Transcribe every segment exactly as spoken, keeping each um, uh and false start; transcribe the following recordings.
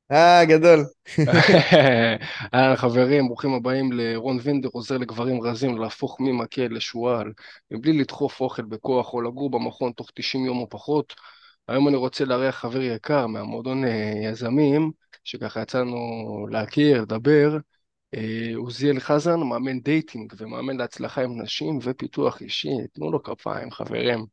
אה, גדול. אהלן חברים, ברוכים הבאים לרון וינדר, עוזר לגברים רזים להפוך ממקל לשועל, מבלי לדחוף אוכל בכוח או לגור במכון תוך תשעים יום או פחות. היום אני רוצה לארח חבר יקר מהמועדון אה, יזמים, שככה יצאנו להכיר, לדבר, אה, עוזיאל חזן, מאמן דייטינג ומאמן להצלחה עם נשים ופיתוח אישי. תנו לו כפיים, חברים.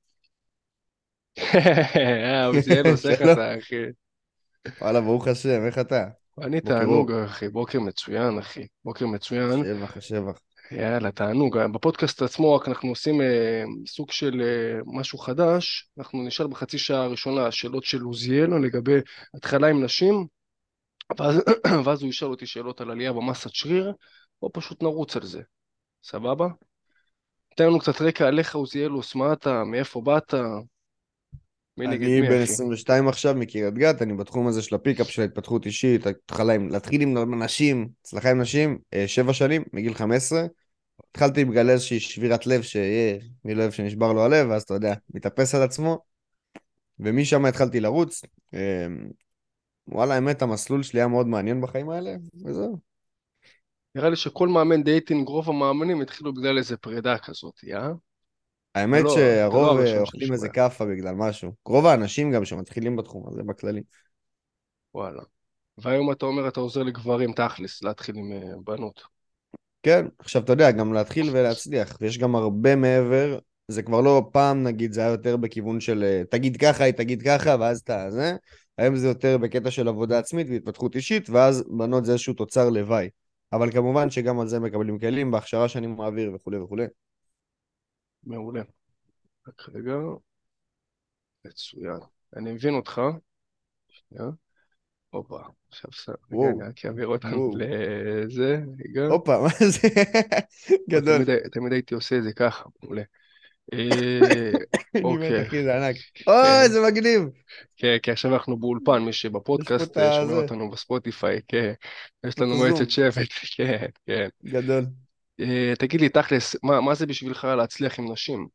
אה, עוזיאל עושה שלום. חסר, אחי. וואלה, ברוך השם, איך אתה? אני בוקר תענוג, אור. אחי, בוקר מצוין, אחי, בוקר מצוין. שבח, שבח. יאללה, תענוג. בפודקאסט עצמו רק אנחנו עושים אה, סוג של אה, משהו חדש. אנחנו נשאל בחצי שעה הראשונה שאלות של עוזיאל לגבי התחלה עם נשים, ואז, ואז הוא ישאל אותי שאלות על עלייה במסת שריר, או פשוט נרוץ על זה. סבבה? תן לנו קצת רקע עליך, עוזיאלוס, מה אתה, מאיפה באת, מי נגד אני מי, בן אחי? עשרים ושתיים עכשיו מקריית גת, אני בתחום הזה של הפיקאפ של ההתפתחות אישית, התחלה עם, להתחיל עם נשים, הצלחה עם נשים, אה, שבע שנים, מגיל חמש עשרה. התחלתי בגלל איזושהי שבירת לב שיהיה, מי לא אוהב שנשבר לו הלב, אז אתה יודע, מתאפס על עצמו, ומשם התחלתי לרוץ. אה, וואלה, האמת, המסלול שלי היה מאוד מעניין בחיים האלה, וזהו. נראה לי שכל מאמן דייטינג, רוב המאמנים התחילו בגלל איזה פרידה כזאת, אה? אתה האמת לא, אתה לא שהרוב אה, הראשון שאני אוכלים שומע. איזה כאפה בגלל משהו. רוב האנשים גם שמתחילים בתחום הזה בכללי. וואלה. והיום אתה אומר אתה עוזר לגברים תכלס להתחיל עם אה, בנות. כן, עכשיו אתה יודע, גם להתחיל ולהצליח, ויש גם הרבה מעבר, זה כבר לא פעם נגיד, זה היה יותר בכיוון של אה, תגיד ככה, היא תגיד ככה, ואז אתה זה, היום זה יותר בקטע של עבודה עצמית והתפתחות אישית, ואז בנות זה איזשהו תוצר לוואי. אבל כמובן שגם על זה מקבלים כלים בהכשרה שאני מעביר וכולי וכולי. מעולה. רק רגע, מצוין. אני מבין אותך. שנייה. הופה. עכשיו ס... רגע, וואו, אני רק אעביר אותנו וואו. לזה. רגע. הופה, מה זה? או, גדול. תמיד, תמיד הייתי עושה את זה ככה. מעולה. אה, אני מת, אוקיי. אחי, זה ענק. אוי, כן. זה מגניב. כן, כי עכשיו אנחנו באולפן, מי יש פה את שבפודקאסט אה, שומע הזה, אותנו בספוטיפיי, כן. יש פה את לנו מועצת הזום. שבט, כן, כן. גדול. אה, תגיד לי, תכלס, מה, מה זה בשבילך להצליח עם נשים?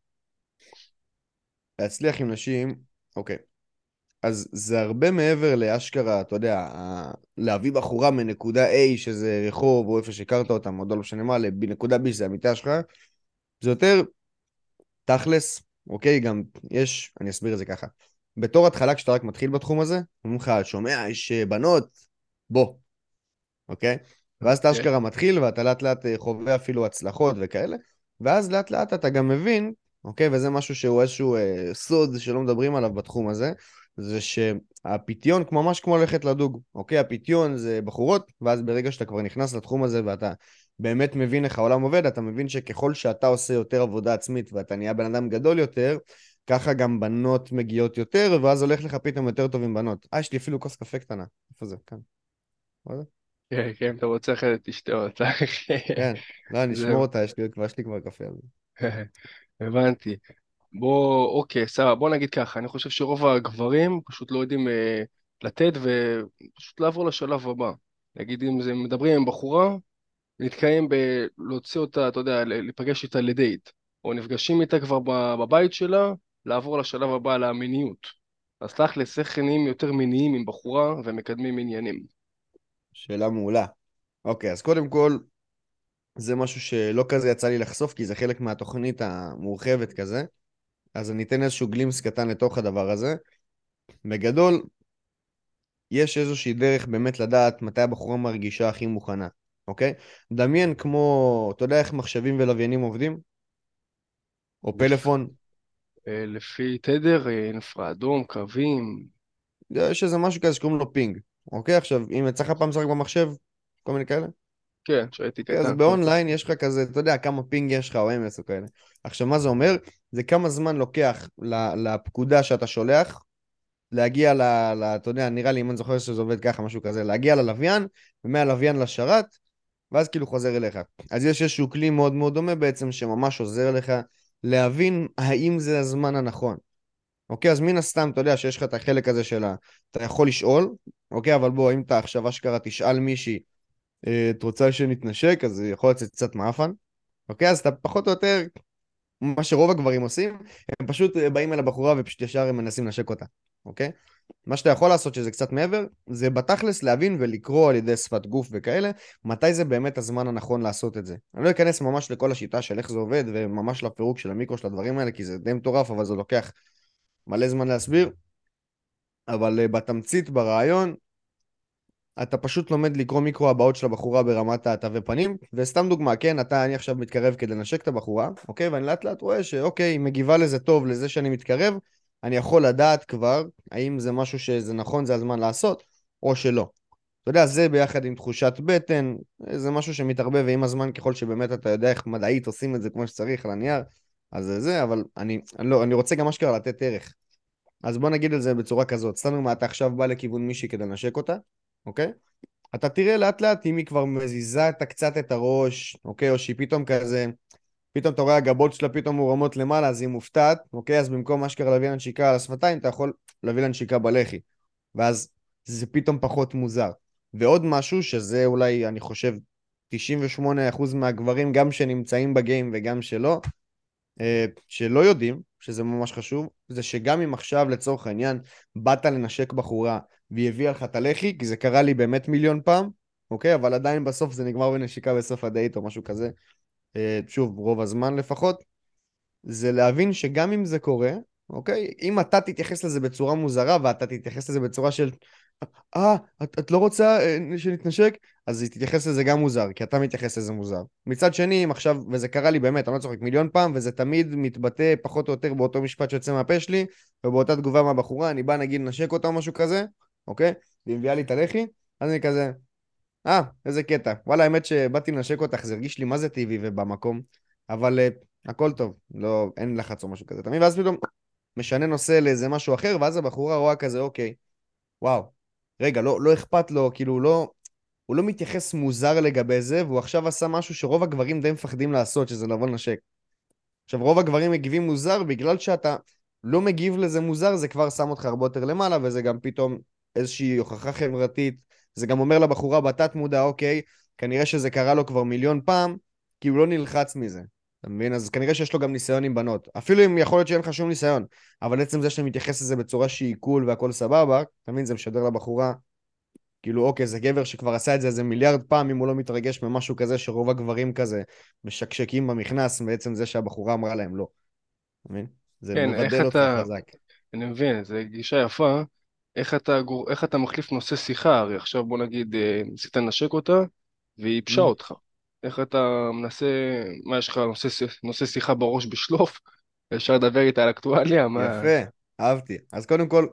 להצליח עם נשים, אוקיי. אז זה הרבה מעבר לאשכרה, אתה יודע, ה- להביא בחורה מנקודה A, שזה רחוב, או איפה שהכרת אותם, או לא משנה מה, לנקודה B, שזה המיטה שלך, זה יותר תכלס, אוקיי? גם יש, אני אסביר את זה ככה. בתור התחלה, כשאתה רק מתחיל בתחום הזה, אומרים לך, שומע, יש אה, בנות, בוא, אוקיי? ואז אתה אוקיי. אשכרה מתחיל, ואתה לאט לאט אה, חווה אפילו הצלחות וכאלה, ואז לאט לאט אתה גם מבין, אוקיי? וזה משהו שהוא איזשהו אה, סוד שלא מדברים עליו בתחום הזה, זה שהפיתיון ממש כמו ללכת לדוג, אוקיי? הפיתיון זה בחורות, ואז ברגע שאתה כבר נכנס לתחום הזה ואתה באמת מבין איך העולם עובד, אתה מבין שככל שאתה עושה יותר עבודה עצמית ואתה נהיה בן אדם גדול יותר, ככה גם בנות מגיעות יותר, ואז הולך לך פתאום יותר טוב עם בנות. אה, יש לי אפילו כוס קפה קטנה. איפה זה? כאן. רואה? כן, כן, אתה רוצה אחרת תשתה אותה. כן, לא, אני אשמור זהו. אותה, יש לי כבר, יש לי כבר קפה על זה. הבנתי. בוא, אוקיי, סבבה, בוא נגיד ככה, אני חושב שרוב הגברים פשוט לא יודעים אה, לתת ופשוט לעבור לשלב הבא. נגיד אם זה מדברים עם בחורה, נתקעים בלהוציא אותה, אתה יודע, ל- להיפגש איתה לדייט, או נפגשים איתה כבר ב- בבית שלה, לעבור לשלב הבא, למיניות. אז תכלס, איך נהיים יותר מיניים עם בחורה ומקדמים עניינים? שאלה מעולה. אוקיי, אז קודם כל, זה משהו שלא כזה יצא לי לחשוף, כי זה חלק מהתוכנית המורחבת כזה. אז אני אתן איזשהו גלימס קטן לתוך הדבר הזה. בגדול, יש איזושהי דרך באמת לדעת מתי הבחורה מרגישה הכי מוכנה, אוקיי? דמיין כמו, אתה יודע איך מחשבים ולוויינים עובדים? או לפ... פלאפון? אה, לפי תדר, אה, אינפרה-אדום, קווים, יש איזה משהו כזה שקוראים לו פינג, אוקיי? עכשיו, אם יצא לך פעם לשחק במחשב, כל מיני כאלה? כן, כשהייתי אוקיי, אז קטן, כן. באונליין יש לך כזה, אתה יודע, כמה פינג יש לך או אמס או כאלה. עכשיו, מה זה אומר? זה כמה זמן לוקח לפקודה שאתה שולח, להגיע ל... ל- אתה יודע, נראה לי, אם אני זוכר שזה עובד ככה, משהו כזה, להגיע ללוויין, ומהלוויין לשרת, ואז כאילו חוזר אליך. אז יש איזשהו כלי מאוד מאוד דומה בעצם, שממש עוזר לך להבין האם זה הזמן הנכון. אוקיי, אז מן הסתם, אתה יודע שיש לך את החלק הזה של ה... אתה יכול לשאול, אוקיי, אבל בוא, אם אתה עכשיו אשכרה תשאל מישהי, אה, את רוצה שנתנשק, אז זה יכול לצאת קצת מאפן. אוקיי, אז אתה פחות או יותר, מה שרוב הגברים עושים, הם פשוט אה, באים אל הבחורה ופשוט ישר הם מנסים לנשק אותה, אוקיי? מה שאתה יכול לעשות, שזה קצת מעבר, זה בתכלס להבין ולקרוא על ידי שפת גוף וכאלה, מתי זה באמת הזמן הנכון לעשות את זה. אני לא אכנס ממש לכל השיטה של איך זה עובד, וממש לפירוק של המיקרו של הדברים האלה, כי זה די מטורף, אבל זה לוקח מלא זמן להסביר. אבל אה, בתמצית, ברעיון, אתה פשוט לומד לקרוא מיקרו הבאות של הבחורה ברמת התווי פנים, וסתם דוגמה, כן, אתה, אני עכשיו מתקרב כדי לנשק את הבחורה, אוקיי, ואני לאט לאט רואה שאוקיי, היא מגיבה לזה טוב, לזה שאני מתקרב, אני יכול לדעת כבר האם זה משהו שזה נכון, זה הזמן לעשות, או שלא. אתה יודע, זה ביחד עם תחושת בטן, זה משהו שמתערבב ועם הזמן, ככל שבאמת אתה יודע איך מדעית עושים את זה כמו שצריך על הנייר, אז זה זה, אבל אני, אני, לא, אני רוצה גם אשכרה לתת ערך. אז בוא נגיד את זה בצורה כזאת, סתם דוגמה, אתה עכשיו בא לכיוון מישהי כדי לנשק אותה, אוקיי? אתה תראה לאט לאט אם היא כבר מזיזה את- קצת את הראש, אוקיי? או שהיא פתאום כזה, פתאום אתה רואה הגבות שלה פתאום מורמות למעלה, אז היא מופתעת, אוקיי? אז במקום אשכרה להביא לה נשיקה על השפתיים, אתה יכול להביא לה נשיקה בלחי. ואז זה פתאום פחות מוזר. ועוד משהו, שזה אולי, אני חושב, תשעים ושמונה אחוז מהגברים, גם שנמצאים בגיים וגם שלא, אה, שלא יודעים, שזה ממש חשוב, זה שגם אם עכשיו לצורך העניין באת לנשק בחורה והיא הביאה לך את הלחי, כי זה קרה לי באמת מיליון פעם, אוקיי? אבל עדיין בסוף זה נגמר בנשיקה בסוף הדייט או משהו כזה, אה, שוב, רוב הזמן לפחות, זה להבין שגם אם זה קורה, אוקיי? אם אתה תתייחס לזה בצורה מוזרה ואתה תתייחס לזה בצורה של אה, את, את לא רוצה אה, שנתנשק? אז היא תתייחס לזה גם מוזר, כי אתה מתייחס לזה מוזר. מצד שני, אם עכשיו, וזה קרה לי באמת, אני לא צוחק מיליון פעם, וזה תמיד מתבטא פחות או יותר באותו משפט שיוצא מהפה שלי, ובאותה תגובה מהבחורה, אני בא נגיד לנשק אותה או משהו כזה, אוקיי? והיא מביאה לי את הלחי, אז אני כזה, אה, איזה קטע. וואלה, האמת שבאתי לנשק אותך, זה הרגיש לי מה זה טבעי ובמקום, אבל אה, הכל טוב, לא, אין לחץ או משהו כזה. תמיד, ואז פתאום משנה נושא לאיזה משהו אחר, ואז הבחורה רואה כזה, אוקיי, וואו, רגע, לא, לא אכפת לו, כאילו, הוא לא, הוא לא מתייחס מוזר לגבי זה, והוא עכשיו עשה משהו שרוב הגברים די מפחדים לעשות, שזה לבוא לנשק. עכשיו, רוב הגברים מגיבים מוזר, בגלל שאתה לא מגיב לזה מוזר, זה כבר שם אותך הרבה יותר למעלה, וזה גם פתאום איזושהי הוכחה חברתית. זה גם אומר לבחורה בתת מודע, אוקיי, כנראה שזה קרה לו כבר מיליון פעם, כי הוא לא נלחץ מזה. אתה מבין? אז כנראה שיש לו גם ניסיון עם בנות. אפילו אם יכול להיות שאין לך שום ניסיון, אבל עצם זה שאתה מתייחס לזה בצורה שהיא קול והכל סבבה, אתה מבין? זה משדר לבחורה, כאילו, אוקיי, זה גבר שכבר עשה את זה איזה מיליארד פעם, אם הוא לא מתרגש ממשהו כזה, שרוב הגברים כזה משקשקים במכנס, בעצם זה שהבחורה אמרה להם לא. אתה מבין? זה כן, איך מבדל אותך אתה, חזק. אני מבין, זו גישה יפה. איך אתה, גור- איך אתה מחליף נושא שיחה? הרי עכשיו בוא נגיד, אה, ניסית לנשק אותה והיא ייבשה Mm, אותך. איך אתה מנסה, מה יש לך, נושא, ש- נושא שיחה בראש בשלוף? אפשר לדבר איתה על אקטואליה? מה? יפה, אהבתי. אז קודם כל,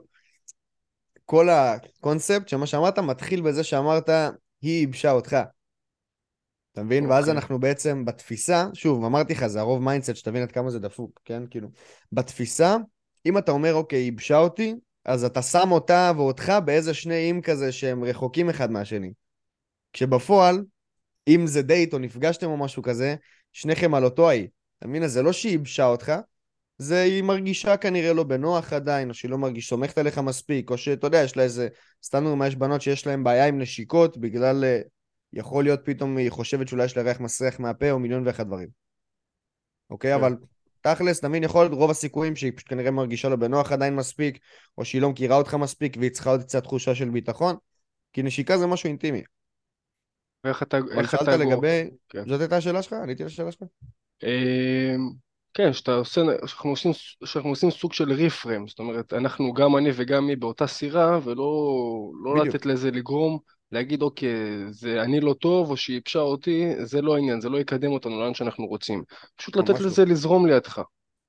כל הקונספט של מה שאמרת מתחיל בזה שאמרת, היא ייבשה אותך. אתה מבין? ואז אוקיי, אנחנו בעצם בתפיסה, שוב, אמרתי לך, זה הרוב מיינדסט, שתבין עד כמה זה דפוק, כן? כאילו, בתפיסה, אם אתה אומר, אוקיי, היא ייבשה אותי, אז אתה שם אותה ואותך באיזה שני איים כזה שהם רחוקים אחד מהשני. כשבפועל, אם זה דייט או נפגשתם או משהו כזה, שניכם על אותו האי. אתה מבין? אז זה לא שהיא ייבשה אותך, זה היא מרגישה כנראה לא בנוח עדיין, או שהיא לא מרגיש סומכת עליך מספיק, או שאתה יודע, יש לה איזה, סתם דוגמא, יש בנות שיש להן בעיה עם נשיקות, בגלל, אה, יכול להיות פתאום היא חושבת שאולי יש לה ריח מסריח מהפה, או מיליון ואחד דברים, אוקיי? כן. אבל תכלס, תמיד יכול להיות רוב הסיכויים שהיא פשוט כנראה מרגישה לא בנוח עדיין מספיק, או שהיא לא מכירה אותך מספיק, והיא צריכה עוד קצת תחושה של ביטחון, כי נשיקה זה משהו אינטימי. ואיך אתה, אבל איך שאלת אתה גור... לגבי, כן. זאת הייתה השאלה שלך? עניתי לשאלה שלך? אמ, כן, שאתה עושה, שאנחנו עושים, שאנחנו עושים סוג של ריפרם, זאת אומרת, אנחנו, גם אני וגם מי באותה סירה, ולא לא לתת בדיוק, לזה לגרום, להגיד, אוקיי, זה אני לא טוב, או שהיא ייבשה אותי, זה לא העניין, זה לא יקדם אותנו לאן שאנחנו רוצים. פשוט לתת ממש לא. לזה לזרום לידך.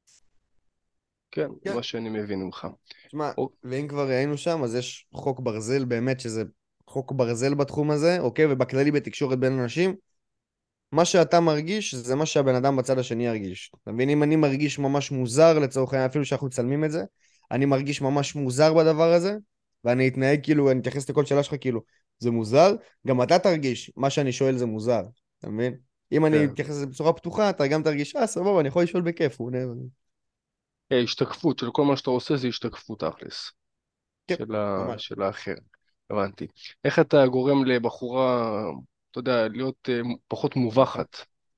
כן, זה כן. מה שאני מבין ממך. תשמע, או, ואם כבר היינו שם, אז יש חוק ברזל באמת, שזה חוק ברזל בתחום הזה, אוקיי? ובכללי בתקשורת בין אנשים, מה שאתה מרגיש, זה מה שהבן אדם בצד השני ירגיש. אתה מבין? אם אני מרגיש ממש מוזר, לצורך העניין, אפילו שאנחנו מצלמים את זה, אני מרגיש ממש מוזר בדבר הזה, ואני אתנהג כאילו, אני אתייחס לכל שאלה שלך כאילו, זה מוזר, גם אתה תרגיש, מה שאני שואל זה מוזר, אתה מבין? אם אני כן. אתייחס לזה בצורה פתוחה, אתה גם תרגיש, אה, סבבה, אני יכול לשאול בכיף, הוא עונה. אה, השתקפות של כל מה שאתה עושה זה השתקפות תכלס, כן, של ה... ממש. של האחר. הבנתי. איך אתה גורם לבחורה, אתה יודע, להיות אה, פחות מובכת?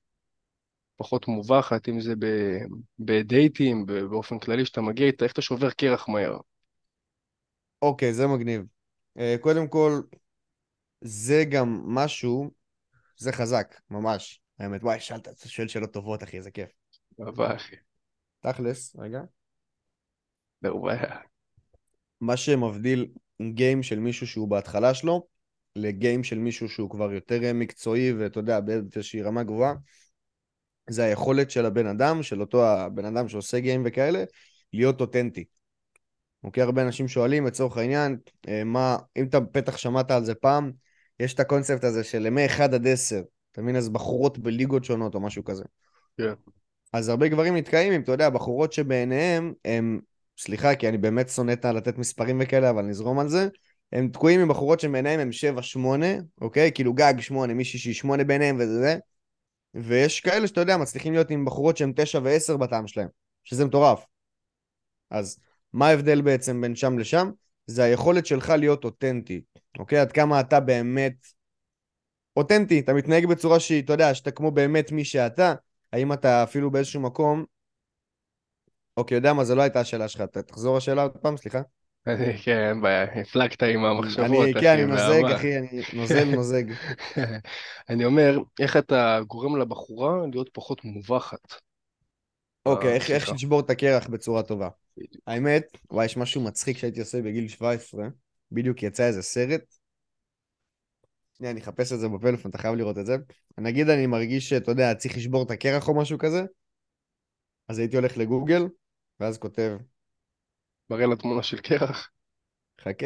פחות מובכת, אם זה ב- בדייטים, ב- באופן כללי שאתה מגיע איתה, איך אתה שובר קרח מהר? אוקיי, זה מגניב. אה, קודם כל, זה גם משהו, זה חזק, ממש. האמת, וואי, שאלת, אתה שואל שאלות טובות, אחי, זה כיף. אבל, אחי, תכלס, רגע. זהו בעיה. מה שמבדיל גיים של מישהו שהוא בהתחלה שלו, לגיים של מישהו שהוא כבר יותר אה, מקצועי, ואתה יודע, באיזושהי רמה גבוהה, זה היכולת של הבן אדם, של אותו הבן אדם שעושה גיים וכאלה, להיות אותנטי. אוקיי, הרבה אנשים שואלים, לצורך העניין, אה, מה, אם אתה בטח שמעת על זה פעם, יש את הקונספט הזה של מ-אחד עד עשר, אתה מבין, אז בחורות בליגות שונות או משהו כזה. כן. אז הרבה גברים נתקעים עם, אתה יודע, בחורות שבעיניהם הם, סליחה, כי אני באמת שונא את לתת מספרים וכאלה, אבל נזרום על זה, הם תקועים עם בחורות שבעיניהם הם שבע שמונה, אוקיי? כאילו גג שמונה, מישהי שהיא שמונה בעיניהם וזה זה, ויש כאלה שאתה יודע, מצליחים להיות עם בחורות שהן תשע ועשר בטעם שלהם, שזה מטורף. אז מה ההבדל בעצם בין שם לשם? זה היכולת שלך להיות אותנטי, אוקיי? עד כמה אתה באמת אותנטי, אתה מתנהג בצורה שהיא, אתה יודע, שאתה כמו באמת מי שאתה, האם אתה אפילו באיזשהו מקום, אוקיי, יודע מה, זו לא הייתה השאלה שלך, ת- תחזור השאלה עוד פעם, סליחה. אני, כן, אין בעיה, הפלגת עם אני, המחשבות, כן, אני אחי, נוזג, באהבה. אחי, אני נוזל, נוזג. אני אומר, איך אתה גורם לבחורה להיות פחות מובכת אוקיי, איך, איך בשיחה? לשבור את הקרח בצורה טובה. בדיוק. האמת, וואי, יש משהו מצחיק שהייתי עושה בגיל שבע עשרה, בדיוק יצא איזה סרט, שנייה, אני אחפש את זה בפלאפון, אתה חייב לראות את זה. נגיד אני מרגיש שאתה יודע, צריך לשבור את הקרח או משהו כזה, אז הייתי הולך לגוגל, ואז כותב, מראה לה תמונה של קרח. חכה.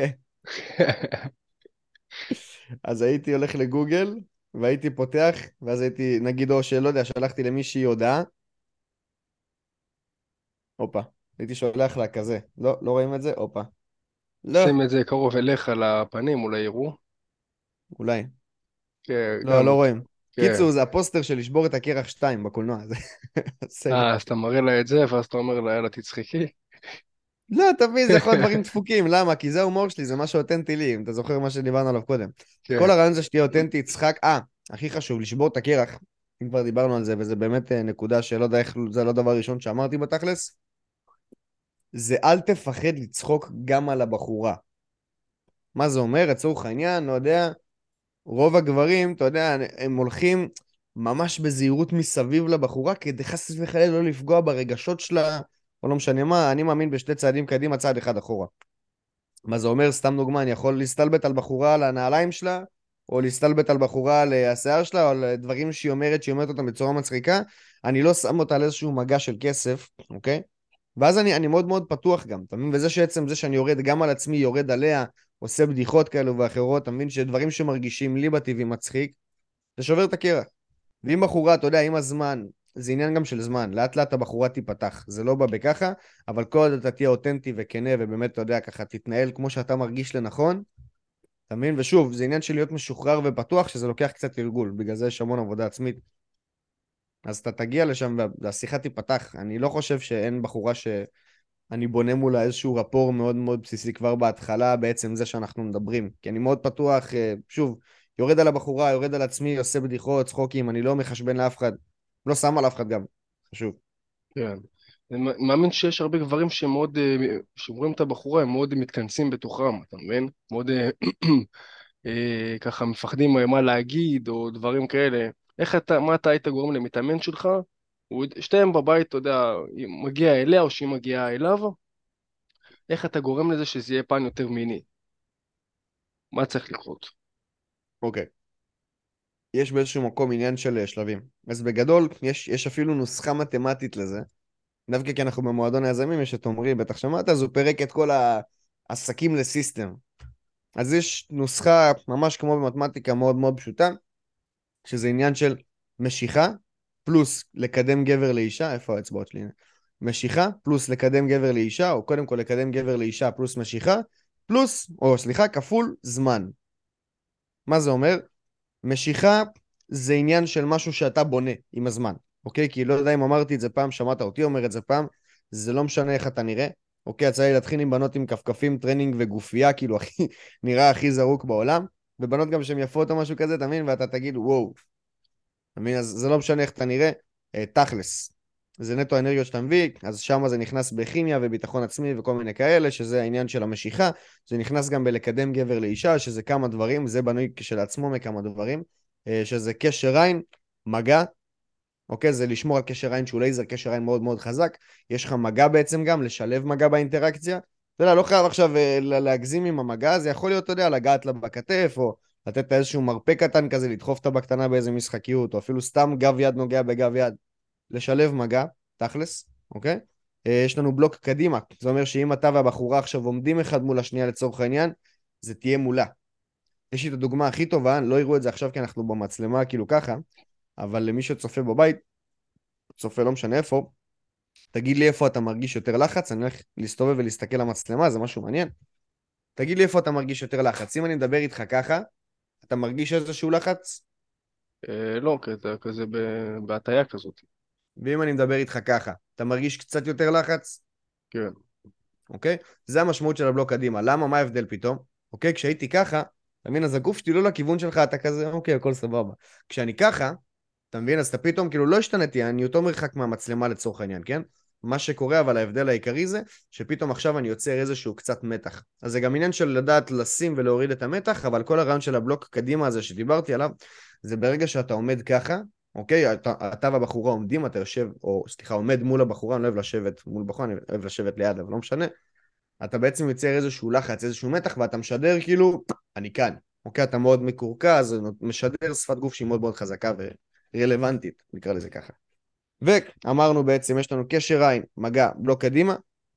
אז הייתי הולך לגוגל, והייתי פותח, ואז הייתי, נגיד, או שלא יודע, שלחתי למישהי הודעה, הופה, הייתי שולח לה כזה, לא, לא רואים את זה? הופה. לא, שים את זה קרוב אליך לפנים, אולי יראו. אולי. כן, לא, גם, לא רואים. כן. קיצור, זה הפוסטר של לשבור את הקרח שתיים בקולנוע, זה הסרט. אה, אז אתה מראה לה את זה, ואז אתה אומר לה, יאללה, תצחקי. לא, תבין, זה יכול להיות דברים דפוקים, למה? כי זה ההומור שלי, זה משהו אותנטי לי, אם אתה זוכר מה שדיברנו עליו קודם. כן, כל הרעיון זה שתהיה אותנטי, צחק, אה, הכי חשוב, לשבור את הקרח, אם כבר דיברנו על זה, וזה באמת אה, נקודה שלא יודע איך, זה לא דבר ראשון שאמרתי בתכלס, זה אל תפחד לצחוק גם על הבחורה. מה זה אומר? לצורך העניין, לא יודע, רוב הגברים, אתה יודע, הם הולכים ממש בזהירות מסביב לבחורה, כדי חס וחלילה לא לפגוע ברגשות שלה, או לא משנה מה, אני מאמין בשתי צעדים קדימה, צעד אחד אחורה. מה זה אומר? סתם דוגמה, אני יכול להסתלבט על בחורה על הנעליים שלה, או להסתלבט על בחורה על השיער שלה, או על דברים שהיא אומרת, שהיא אומרת אותם בצורה מצחיקה, אני לא שם אותה על איזשהו מגע של כסף, אוקיי? ואז אני, אני מאוד מאוד פתוח גם, אתה מבין? וזה שעצם זה שאני יורד גם על עצמי, יורד עליה, עושה בדיחות כאלו ואחרות, אתה מבין? שדברים שמרגישים לי בטבעי מצחיק, זה שובר את הקרח. ואם בחורה, אתה יודע, עם הזמן, זה עניין גם של זמן, לאט לאט הבחורה תיפתח, זה לא בא בככה, אבל כל עוד אתה תהיה אותנטי וכנה, ובאמת, אתה יודע, ככה תתנהל כמו שאתה מרגיש לנכון, אתה מבין? ושוב, זה עניין של להיות משוחרר ופתוח, שזה לוקח קצת תרגול, בגלל זה יש המון עבודה עצמית. אז אתה תגיע לשם והשיחה תיפתח. אני לא חושב שאין בחורה שאני בונה מולה איזשהו רפור מאוד מאוד בסיסי כבר בהתחלה, בעצם זה שאנחנו מדברים. כי אני מאוד פתוח, אה, שוב, יורד על הבחורה, יורד על עצמי, עושה בדיחות, צחוקים, אני לא מחשבן לאף אחד. לא שם על אף אחד גם, חשוב. כן. אני מאמין שיש הרבה גברים שמאוד, אה, שרואים את הבחורה, הם מאוד מתכנסים בתוכם, אתה מבין? מאוד אה, אה, ככה מפחדים מה להגיד, או דברים כאלה. איך אתה, מה אתה היית גורם למתאמן שלך? הוא- שתיהם בבית, אתה יודע, מגיע אליה או שהיא מגיעה אליו, איך אתה גורם לזה שזה יהיה פן יותר מיני? מה צריך לקרות? אוקיי. יש באיזשהו מקום עניין של אה, שלבים. אז בגדול, יש, יש אפילו נוסחה מתמטית לזה. דווקא כי אנחנו במועדון היזמים, יש את עומרי, בטח שמעת, אז הוא פירק את כל העסקים לסיסטם. אז יש נוסחה ממש כמו במתמטיקה מאוד מאוד פשוטה, שזה עניין של משיכה, פלוס לקדם גבר לאישה, איפה האצבעות שלי? משיכה, פלוס לקדם גבר לאישה, או קודם כל לקדם גבר לאישה פלוס משיכה, פלוס, או סליחה, כפול זמן. מה זה אומר? משיכה זה עניין של משהו שאתה בונה עם הזמן, אוקיי? כי לא יודע אם אמרתי את זה פעם, שמעת אותי אומר את זה פעם, זה לא משנה איך אתה נראה, אוקיי? יצא לי להתחיל עם בנות עם כפכפים, טרנינג וגופייה, כאילו הכי, נראה הכי זרוק בעולם, ובנות גם שהן יפות או משהו כזה, אתה מבין? ואתה תגיד, וואו, אתה מבין? אז זה לא משנה איך אתה נראה, אה, תכלס. זה נטו האנרגיות שאתה מביא, אז שם זה נכנס בכימיה וביטחון עצמי וכל מיני כאלה, שזה העניין של המשיכה, זה נכנס גם בלקדם גבר לאישה, שזה כמה דברים, זה בנוי כשלעצמו מכמה דברים, אה, שזה קשר עין, מגע, אוקיי? זה לשמור על קשר עין שהוא לייזר, קשר עין מאוד מאוד חזק, יש לך מגע בעצם גם, לשלב מגע באינטראקציה, אתה יודע, לא חייב עכשיו אה, להגזים עם המגע, זה יכול להיות, אתה יודע, לגעת לה בכתף, או לתת איזשהו מרפא קטן כזה, לדחוף אותה בקטנה באיזה משחקיות, או אפילו סתם גב יד נוגע בגב יד, לשלב מגע, תכלס, אוקיי? אה, יש לנו בלוק קדימה, זה אומר שאם אתה והבחורה עכשיו עומדים אחד מול השנייה לצורך העניין, זה תהיה מולה. יש לי את הדוגמה הכי טובה, לא יראו את זה עכשיו כי אנחנו במצלמה כאילו ככה, אבל למי שצופה בבית, צופה לא משנה איפה, תגיד לי איפה אתה מרגיש יותר לחץ, אני הולך להסתובב ולהסתכל למצלמה, זה משהו מעניין. תגיד לי איפה אתה מרגיש יותר לחץ, אם אני מדבר איתך ככה, אתה מרגיש איזשהו לחץ? אה, לא, כזה, כזה ב- בהטיה כזאת. ואם אני מדבר איתך ככה, אתה מרגיש קצת יותר לחץ? כן. אוקיי? זה המשמעות של הבלוק קדימה. למה? מה ההבדל פתאום? אוקיי? כשהייתי ככה, אתה מבין? אז הגוף שלי לא לכיוון שלך, אתה כזה, אוקיי, הכל סבבה. כשאני ככה, אתה מבין? אז אתה פתאום, כאילו, לא השתנתי, אני אותו מרחק מהמצלמה לצורך העניין, כן? מה שקורה, אבל ההבדל העיקרי זה, שפתאום עכשיו אני יוצר איזשהו קצת מתח. אז זה גם עניין של לדעת לשים ולהוריד את המתח, אבל כל הרעיון של הבלוק קדימה הזה שדיברתי עליו, זה ברגע שאתה עומד ככה, אוקיי? אתה, אתה והבחורה עומדים, אתה יושב, או סליחה, עומד מול הבחורה, אני לא אוהב לשבת מול בחורה, אני אוהב לשבת ליד, אבל לא משנה. אתה בעצם יוצר איזשהו לחץ, איזשהו מתח, ואתה משדר כאילו, אני כאן. אוקיי? אתה מאוד מקורקע, אז משדר שפת גוף שהיא מאוד מאוד חזקה ורלוונטית, נקרא לזה ככה. ואמרנו בעצם, יש לנו קשר עין, מגע, בלוק קדימה,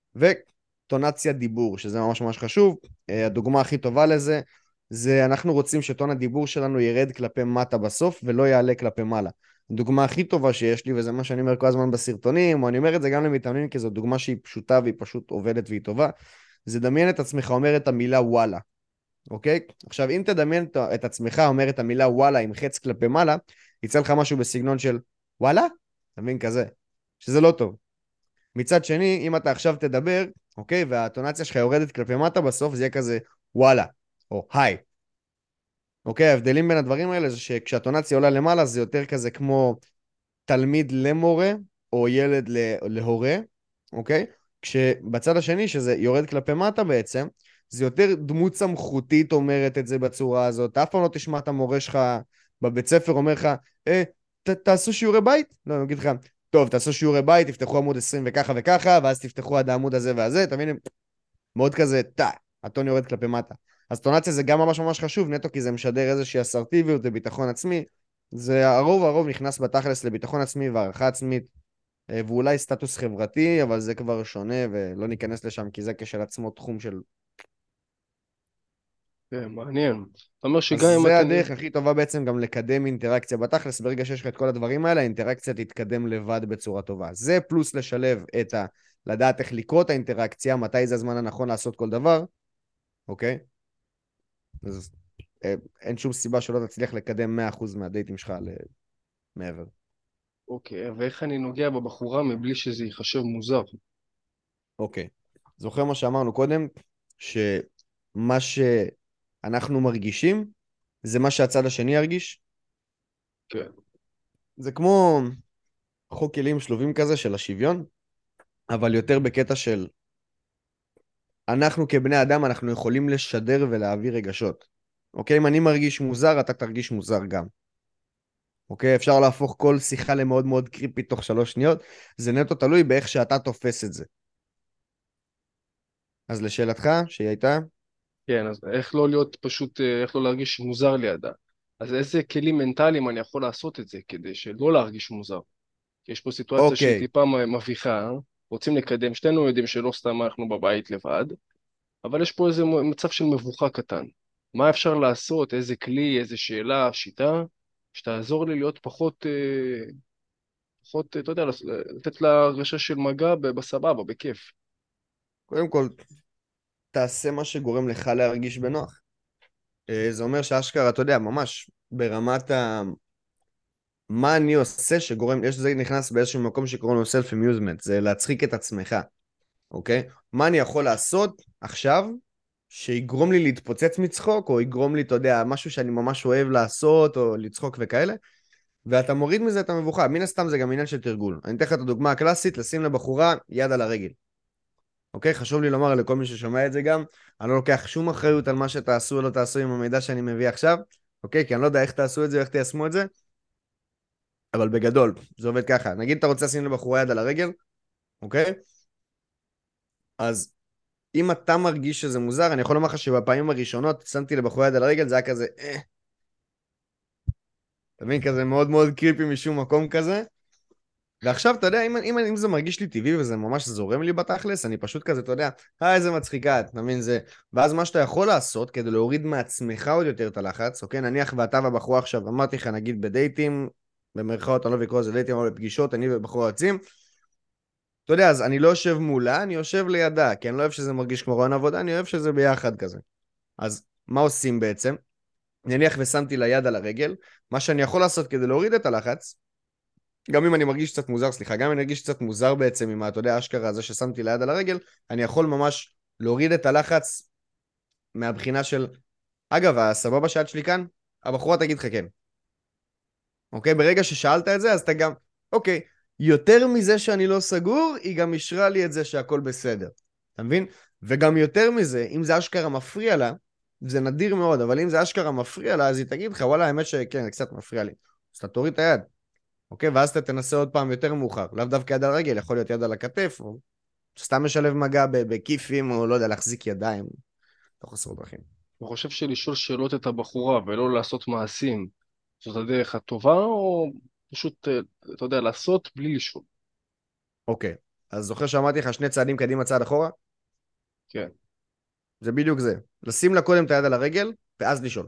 וטונציה דיבור, שזה ממש ממש חשוב. הדוגמה הכי טובה לזה, זה אנחנו רוצים שטון הדיבור שלנו ירד כלפי מטה בסוף, ולא יעלה כלפי מעלה. הדוגמה הכי טובה שיש לי, וזה מה שאני אומר כל הזמן בסרטונים, או אני אומר את זה גם למתאמנים, כי זו דוגמה שהיא פשוטה והיא פשוט עובדת והיא טובה, זה דמיין את עצמך אומר את המילה וואלה, אוקיי? עכשיו, אם תדמיין את עצמך אומר את המילה וואלה עם חץ כלפי מעלה, יצא לך משהו בסגנון של וואלה? אתה מבין כזה, שזה לא טוב. מצד שני, אם אתה עכשיו תדבר, אוקיי, והטונציה שלך יורדת כלפי מטה בסוף, זה יהיה כזה וואלה, או היי. אוקיי, ההבדלים בין הדברים האלה זה שכשהטונציה עולה למעלה, זה יותר כזה כמו תלמיד למורה, או ילד להורה, אוקיי? כשבצד השני, שזה יורד כלפי מטה בעצם, זה יותר דמות סמכותית אומרת את זה בצורה הזאת. אף פעם לא תשמע את המורה שלך בבית ספר אומר לך, אה, ת, תעשו שיעורי בית? לא, אני אגיד לך, טוב, תעשו שיעורי בית, תפתחו עמוד עשרים וככה וככה, ואז תפתחו עד העמוד הזה והזה, אתה מבין? מאוד כזה, טה, הטון יורד כלפי מטה. אז טונציה זה גם ממש ממש חשוב, נטו כי זה משדר איזושהי אסרטיביות וביטחון עצמי. זה הרוב הרוב נכנס בתכלס לביטחון עצמי והערכה עצמית, ואולי סטטוס חברתי, אבל זה כבר שונה ולא ניכנס לשם, כי זה כשלעצמו תחום של... כן, מעניין. אתה אומר אז שגם אם זה אתה... הדרך הכי טובה בעצם גם לקדם אינטראקציה בתכלס, ברגע שיש לך את כל הדברים האלה, האינטראקציה תתקדם לבד בצורה טובה. זה פלוס לשלב את ה... לדעת איך לקרוא את האינטראקציה, מתי זה הזמן הנכון לעשות כל דבר, אוקיי? אז אה, אין שום סיבה שלא תצליח לקדם מאה אחוז מהדייטים שלך מעבר. אוקיי, ואיך אני נוגע בבחורה מבלי שזה ייחשב מוזר? אוקיי. זוכר מה שאמרנו קודם? שמה שאנחנו מרגישים זה מה שהצד השני ירגיש? כן. זה כמו חוק כלים שלובים כזה של השוויון, אבל יותר בקטע של אנחנו כבני אדם, אנחנו יכולים לשדר ולהעביר רגשות. אוקיי? אם אני מרגיש מוזר, אתה תרגיש מוזר גם. אוקיי? אפשר להפוך כל שיחה למאוד מאוד קריפית תוך שלוש שניות, זה נטו תלוי באיך שאתה תופס את זה. אז לשאלתך, שהיא הייתה? כן, אז איך לא להיות פשוט, אה, איך לא להרגיש מוזר לידה? אז איזה כלים מנטליים אני יכול לעשות את זה כדי שלא להרגיש מוזר? כי יש פה סיטואציה שהיא אוקיי. טיפה מביכה, אה? רוצים לקדם, שנינו יודעים שלא סתם אנחנו בבית לבד, אבל יש פה איזה מצב של מבוכה קטן. מה אפשר לעשות, איזה כלי, איזה שאלה, שיטה, שתעזור לי להיות פחות, אה, פחות, אתה יודע, לתת לה הרגשה של מגע ב- בסבבה, בכיף. קודם כל, תעשה מה שגורם לך להרגיש בנוח. אה, זה אומר שאשכרה, אתה יודע, ממש ברמת ה... מה אני עושה שגורם, יש זה נכנס באיזשהו מקום שקוראים לו self-amusement, זה להצחיק את עצמך, אוקיי? מה אני יכול לעשות עכשיו שיגרום לי להתפוצץ מצחוק, או יגרום לי, אתה יודע, משהו שאני ממש אוהב לעשות, או לצחוק וכאלה, ואתה מוריד מזה את המבוכה. מן הסתם זה גם עניין של תרגול. אני אתן לך את הדוגמה הקלאסית, לשים לבחורה יד על הרגל. אוקיי? חשוב לי לומר לכל מי ששומע את זה גם, אני לא לוקח שום אחריות על מה שתעשו או לא תעשו עם המידע שאני מביא עכשיו, אוקיי? כי אני לא יודע איך תעשו את זה, איך תיישמו את זה, אבל בגדול, זה עובד ככה. נגיד אתה רוצה לשים לבחורה יד על הרגל, אוקיי? אז אם אתה מרגיש שזה מוזר, אני יכול לומר לך שבפעמים הראשונות שמתי לבחורה יד על הרגל, זה היה כזה, אה, אתה מבין? כזה מאוד מאוד קריפי משום מקום כזה. ועכשיו, אתה יודע, אם, אם, אם זה מרגיש לי טבעי וזה ממש זורם לי בתכלס, אני פשוט כזה, אתה יודע, אה, איזה מצחיקה, אתה מבין, זה... ואז מה שאתה יכול לעשות כדי להוריד מעצמך עוד יותר את הלחץ, אוקיי? נניח ואתה והבחורה עכשיו, אמרתי לך, נגיד בדייטים, במרכאות, אני לא אקרוא לזה דייטים, אבל בפגישות, אני ובחורה יוצאים, אתה יודע, אז אני לא יושב מולה, אני יושב לידה, כי אני לא אוהב שזה מרגיש כמו רעיון עבודה, אני אוהב שזה ביחד כזה. אז מה עושים בעצם? נניח ושמתי לה יד על הרגל, מה שאני יכול לעשות כדי להוריד את הלחץ, גם אם אני מרגיש קצת מוזר, סליחה, גם אם אני מרגיש קצת מוזר בעצם עם, אתה יודע, אשכרה הזה ששמתי ליד על הרגל, אני יכול ממש להוריד את הלחץ מהבחינה של, אגב, הסבבה שהיד שלי כאן, הבחורה תגיד לך כן. אוקיי? ברגע ששאלת את זה, אז אתה גם, אוקיי, יותר מזה שאני לא סגור, היא גם אישרה לי את זה שהכל בסדר. אתה מבין? וגם יותר מזה, אם זה אשכרה מפריע לה, זה נדיר מאוד, אבל אם זה אשכרה מפריע לה, אז היא תגיד לך, וואלה, האמת שכן, זה קצת מפריע לי. אז אתה תוריד את היד. אוקיי? ואז אתה תנסה עוד פעם יותר מאוחר. לאו דווקא יד על רגל, יכול להיות יד על הכתף, או סתם משלב מגע בכיפים, או לא יודע, להחזיק ידיים, תוך עשרות דרכים. אני חושב שלשאול שאלות את הבחורה ולא לעשות מעשים, זאת הדרך הטובה, או פשוט, אה, אתה יודע, לעשות בלי לשאול? אוקיי. אז זוכר שאמרתי לך שני צעדים קדימה, צעד אחורה? כן. זה בדיוק זה. לשים לה קודם את היד על הרגל, ואז לשאול.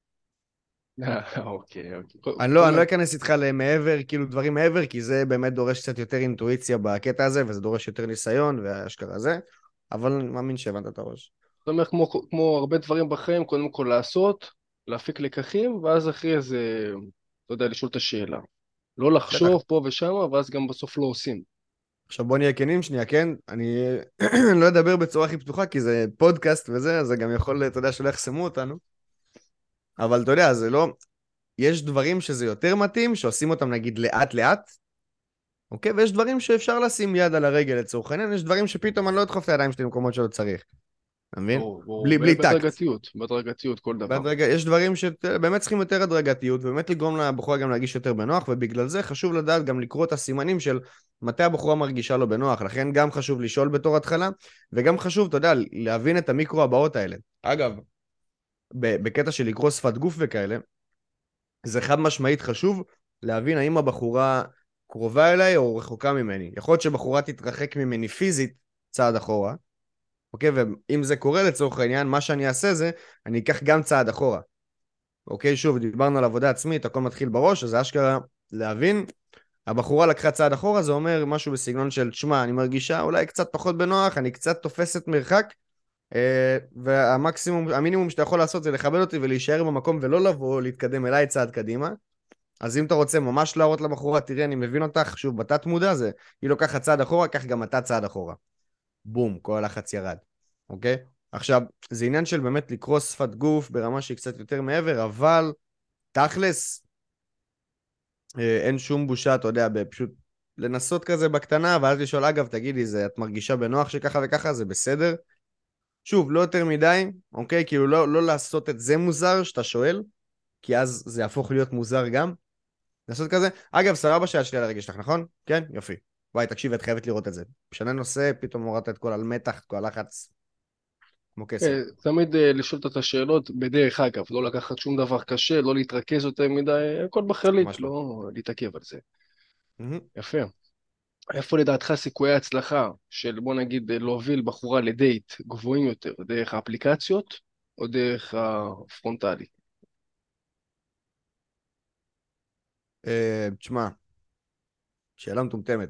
אוקיי, אוקיי. כל- אני כל לא, אני מה- לא אכנס איתך למעבר, כאילו דברים מעבר, כי זה באמת דורש קצת יותר אינטואיציה בקטע הזה, וזה דורש יותר ניסיון והשכרה זה, אבל אני מאמין שהבנת את הראש. זאת אומרת, כמו, כמו הרבה דברים בחיים, קודם כל לעשות, להפיק לקחים, ואז אחרי זה, אתה יודע, לשאול את השאלה. לא בטח. לחשוב פה ושם, ואז גם בסוף לא עושים. עכשיו בוא נהיה כנים שנייה, כן? אני לא אדבר בצורה הכי פתוחה, כי זה פודקאסט וזה, אז זה גם יכול, אתה יודע, שלא יחסמו אותנו. אבל אתה יודע, זה לא... יש דברים שזה יותר מתאים, שעושים אותם נגיד לאט לאט, אוקיי? ויש דברים שאפשר לשים יד על הרגל לצורך העניין, יש דברים שפתאום אני לא אדחוף את הידיים שלי במקומות שלא צריך, אתה מבין? ברור, ברור. בלי, ב- בלי טקט. בהדרגתיות, בהדרגתיות כל דבר. בהדרגה, יש דברים שבאמת צריכים יותר הדרגתיות, ובאמת לגרום לבחורה גם להרגיש יותר בנוח, ובגלל זה חשוב לדעת גם לקרוא את הסימנים של מתי הבחורה מרגישה לא בנוח, לכן גם חשוב לשאול בתור התחלה, וגם חשוב, אתה יודע, להבין את המיקרו הבאות האלה. אגב, בקטע של לקרוא שפת גוף וכאלה, זה חד משמעית חשוב להבין האם הבחורה קרובה אליי או רחוקה ממני. יכול להיות שבחורה תתרחק ממני פיזית צעד אחורה, אוקיי? ואם זה קורה לצורך העניין, מה שאני אעשה זה, אני אקח גם צעד אחורה. אוקיי? שוב, דיברנו על עבודה עצמית, הכל מתחיל בראש, אז זה אשכרה להבין. הבחורה לקחה צעד אחורה, זה אומר משהו בסגנון של, תשמע, אני מרגישה אולי קצת פחות בנוח, אני קצת תופסת מרחק, אה, והמקסימום, המינימום שאתה יכול לעשות זה לכבד אותי ולהישאר במקום ולא לבוא, להתקדם אליי צעד קדימה. אז אם אתה רוצה ממש להראות לבחורה, תראי, אני מבין אותך, שוב, בתת מודע זה, היא לוקחת צעד אחורה, כך גם אתה צעד אחורה. בום, כל הלחץ ירד, אוקיי? עכשיו, זה עניין של באמת לקרוא שפת גוף ברמה שהיא קצת יותר מעבר, אבל תכלס, אה, אין שום בושה, אתה יודע, פשוט לנסות כזה בקטנה, ואז לשאול, אגב, תגידי, זה, את מרגישה בנוח שככה וככה, זה בסדר? שוב, לא יותר מדי, אוקיי? כאילו לא, לא לעשות את זה מוזר שאתה שואל, כי אז זה יהפוך להיות מוזר גם. לעשות כזה. אגב, סבבה שהיד שלי על הרגש שלך, נכון? כן? יופי. וואי, תקשיבי, את חייבת לראות את זה. משנה נושא, פתאום הורדת את כל המתח, את כל הלחץ, כמו קסם. אה, תמיד אה, לשאול את השאלות בדרך אגב, לא לקחת שום דבר קשה, לא להתרכז יותר מדי, הכל בחליק, ממש לא. לא להתעכב על זה. מהמם. יפה. איפה לדעתך סיכויי ההצלחה של, בוא נגיד, אה, להוביל בחורה לדייט גבוהים יותר, דרך האפליקציות או דרך הפרונטלי? אה, תשמע, שאלה מטומטמת.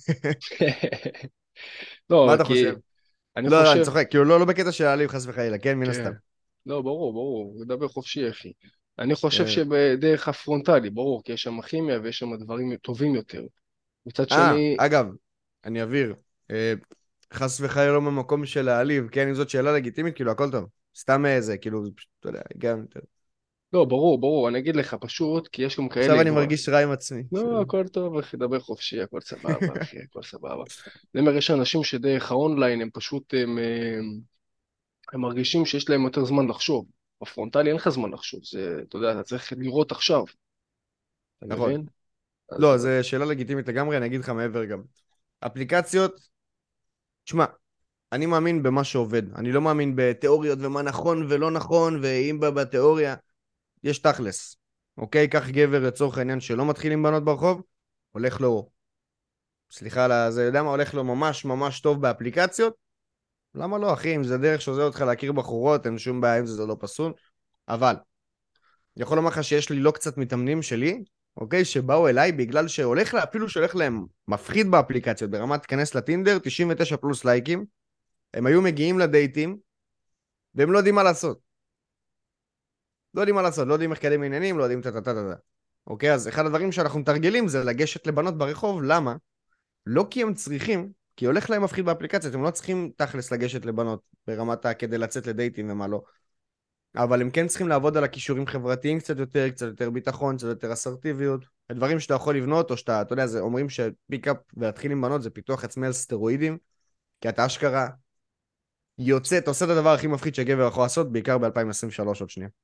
מה לא, אתה כי חושב? אני לא, לא, אני חושב, צוחק, כאילו לא, לא בקטע של להעליב חס וחלילה, כן, מן הסתם. כן, לא, ברור, ברור, לדבר חופשי, אחי. אני חושב אה, שבדרך הפרונטלי, ברור, כי יש שם כימיה ויש שם דברים טובים יותר. מצד אה, שני, אגב, אני אבהיר. אה, חס וחלילה לא ממקום של להעליב, כן, אם זאת שאלה לגיטימית, כאילו, הכל טוב. סתם איזה, כאילו, זה פשוט, אתה יודע, גם יותר. לא, ברור, ברור, אני אגיד לך פשוט, כי יש גם כאלה עכשיו אני כבר. מרגיש רע עם עצמי. לא, הכל טוב, אחי, דבר חופשי, הכל סבבה, אחי, הכל סבבה. אני אומר, יש אנשים שדרך האונליין הם פשוט, הם, הם, הם מרגישים שיש להם יותר זמן לחשוב. בפרונטלי אין לך זמן לחשוב, זה, אתה יודע, אתה צריך לראות עכשיו, אתה נכון. מבין? אז לא, זו שאלה לגיטימית לגמרי, אני אגיד לך מעבר גם. אפליקציות, תשמע, אני מאמין במה שעובד. אני לא מאמין בתיאוריות ומה נכון ולא נכון, ואם ב- בתיאוריה יש תכלס. אוקיי? קח גבר לצורך העניין שלא מתחיל עם בנות ברחוב, הולך לו, סליחה על זה, יודע מה, הולך לו ממש ממש טוב באפליקציות. למה לא, אחי? אם זה דרך שעוזר אותך להכיר בחורות, אין שום בעיה עם זה, זה לא פסול. אבל, אני יכול לומר לך שיש לי לא קצת מתאמנים שלי, אוקיי, שבאו אליי בגלל שהולך לה, אפילו שהולך להם מפחיד באפליקציות, ברמת תיכנס לטינדר, תשעים ותשע פלוס לייקים, הם היו מגיעים לדייטים, והם לא יודעים מה לעשות. לא יודעים מה לעשות, לא יודעים איך לקדם עניינים, לא יודעים טה-טה-טה-טה. אוקיי, אז אחד הדברים שאנחנו מתרגלים זה לגשת לבנות ברחוב, למה? לא כי הם צריכים, כי הולך להם מפחיד באפליקציות, הם לא צריכים תכלס לגשת לבנות ברמת ה... כדי לצאת לדייטים ומה לא. אבל הם כן צריכים לעבוד על הכישורים חברתיים קצת יותר, קצת יותר ביטחון, קצת יותר אסרטיביות. הדברים שאתה יכול לבנות, או שאתה, אתה יודע, זה, אומרים שפיקאפ ולהתחיל עם בנות זה פיתוח עצמי על סטרואידים, כי אתה אשכרה יוצא, אתה עושה את הדבר הכי מפחיד שגבר יכול לעשות, בעיקר ב-אלפיים עשרים ושלוש עוד שנייה.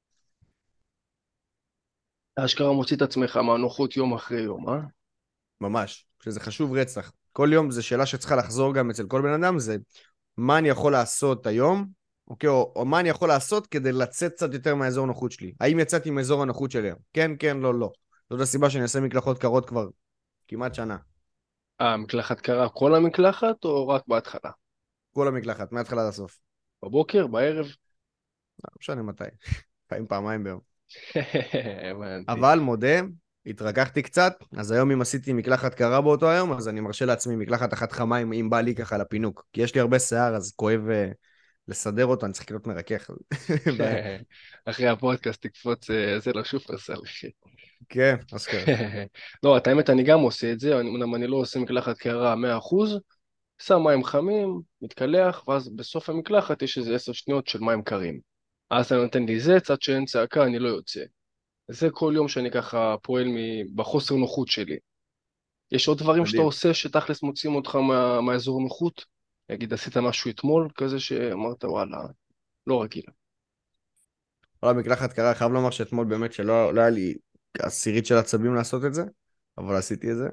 אתה אשכרה מוציא את עצמך מהנוחות יום אחרי יום, אה? ממש, שזה חשוב רצח. כל יום זו שאלה שצריכה לחזור גם אצל כל בן אדם, זה מה אני יכול לעשות היום, אוקיי, או, או מה אני יכול לעשות כדי לצאת קצת יותר מהאזור הנוחות שלי. האם יצאתי מאזור הנוחות שלי? כן, כן, לא, לא. זאת הסיבה שאני אעשה מקלחות קרות כבר כמעט שנה. אה, מקלחת קרה כל המקלחת או רק בהתחלה? כל המקלחת, מההתחלה עד הסוף. בבוקר, בערב? לא משנה מתי. פעמים פעמיים ביום. הבנתי. אבל מודה, התרככתי קצת, אז היום אם עשיתי מקלחת קרה באותו היום, אז אני מרשה לעצמי מקלחת אחת חמה אם, אם בא לי ככה לפינוק. כי יש לי הרבה שיער, אז כואב uh, לסדר אותו, אני צריך לקנות מרכך. ו- אחרי הפודקאסט תקפוץ אה, זה לשופרסל, אחי. כן, אשכרה. לא, את האמת, אני גם עושה את זה, אני- אומנם אני לא עושה מקלחת קרה מאה אחוז, שם מים חמים, מתקלח, ואז בסוף המקלחת יש איזה עשר שניות של מים קרים. אז אתה נותן לי זה, צד שאין צעקה, אני לא יוצא. זה כל יום שאני ככה פועל מ- בחוסר נוחות שלי. יש עוד דברים שאתה מדהים. עושה שתכלס מוציאים אותך מה, מהאזור נוחות? נגיד עשית משהו אתמול כזה שאמרת וואלה, לא רגיל. כל המקלחת קרה, חייב לומר שאתמול באמת שלא לא היה לי עשירית של עצבים לעשות את זה, אבל עשיתי את זה.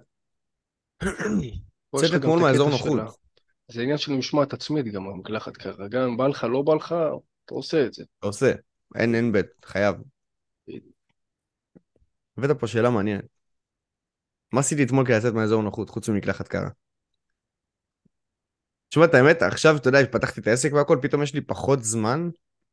פה יש יצאת לך גם אתמול את מהאזור הקטע שלה. נוחות. זה עניין של משמעת עצמית גם המקלחת קרה. גם אם בא לך, לא בא לך, אתה עושה את זה. אתה עושה. אין, אין בית, חייב. הבאת פה שאלה מעניינת. מה עשיתי אתמול כדי לצאת מהאזור נוחות, חוץ ממקלחת קרה? תשמע, את האמת, עכשיו, אתה יודע, פתחתי את העסק והכל, פתאום יש לי פחות זמן,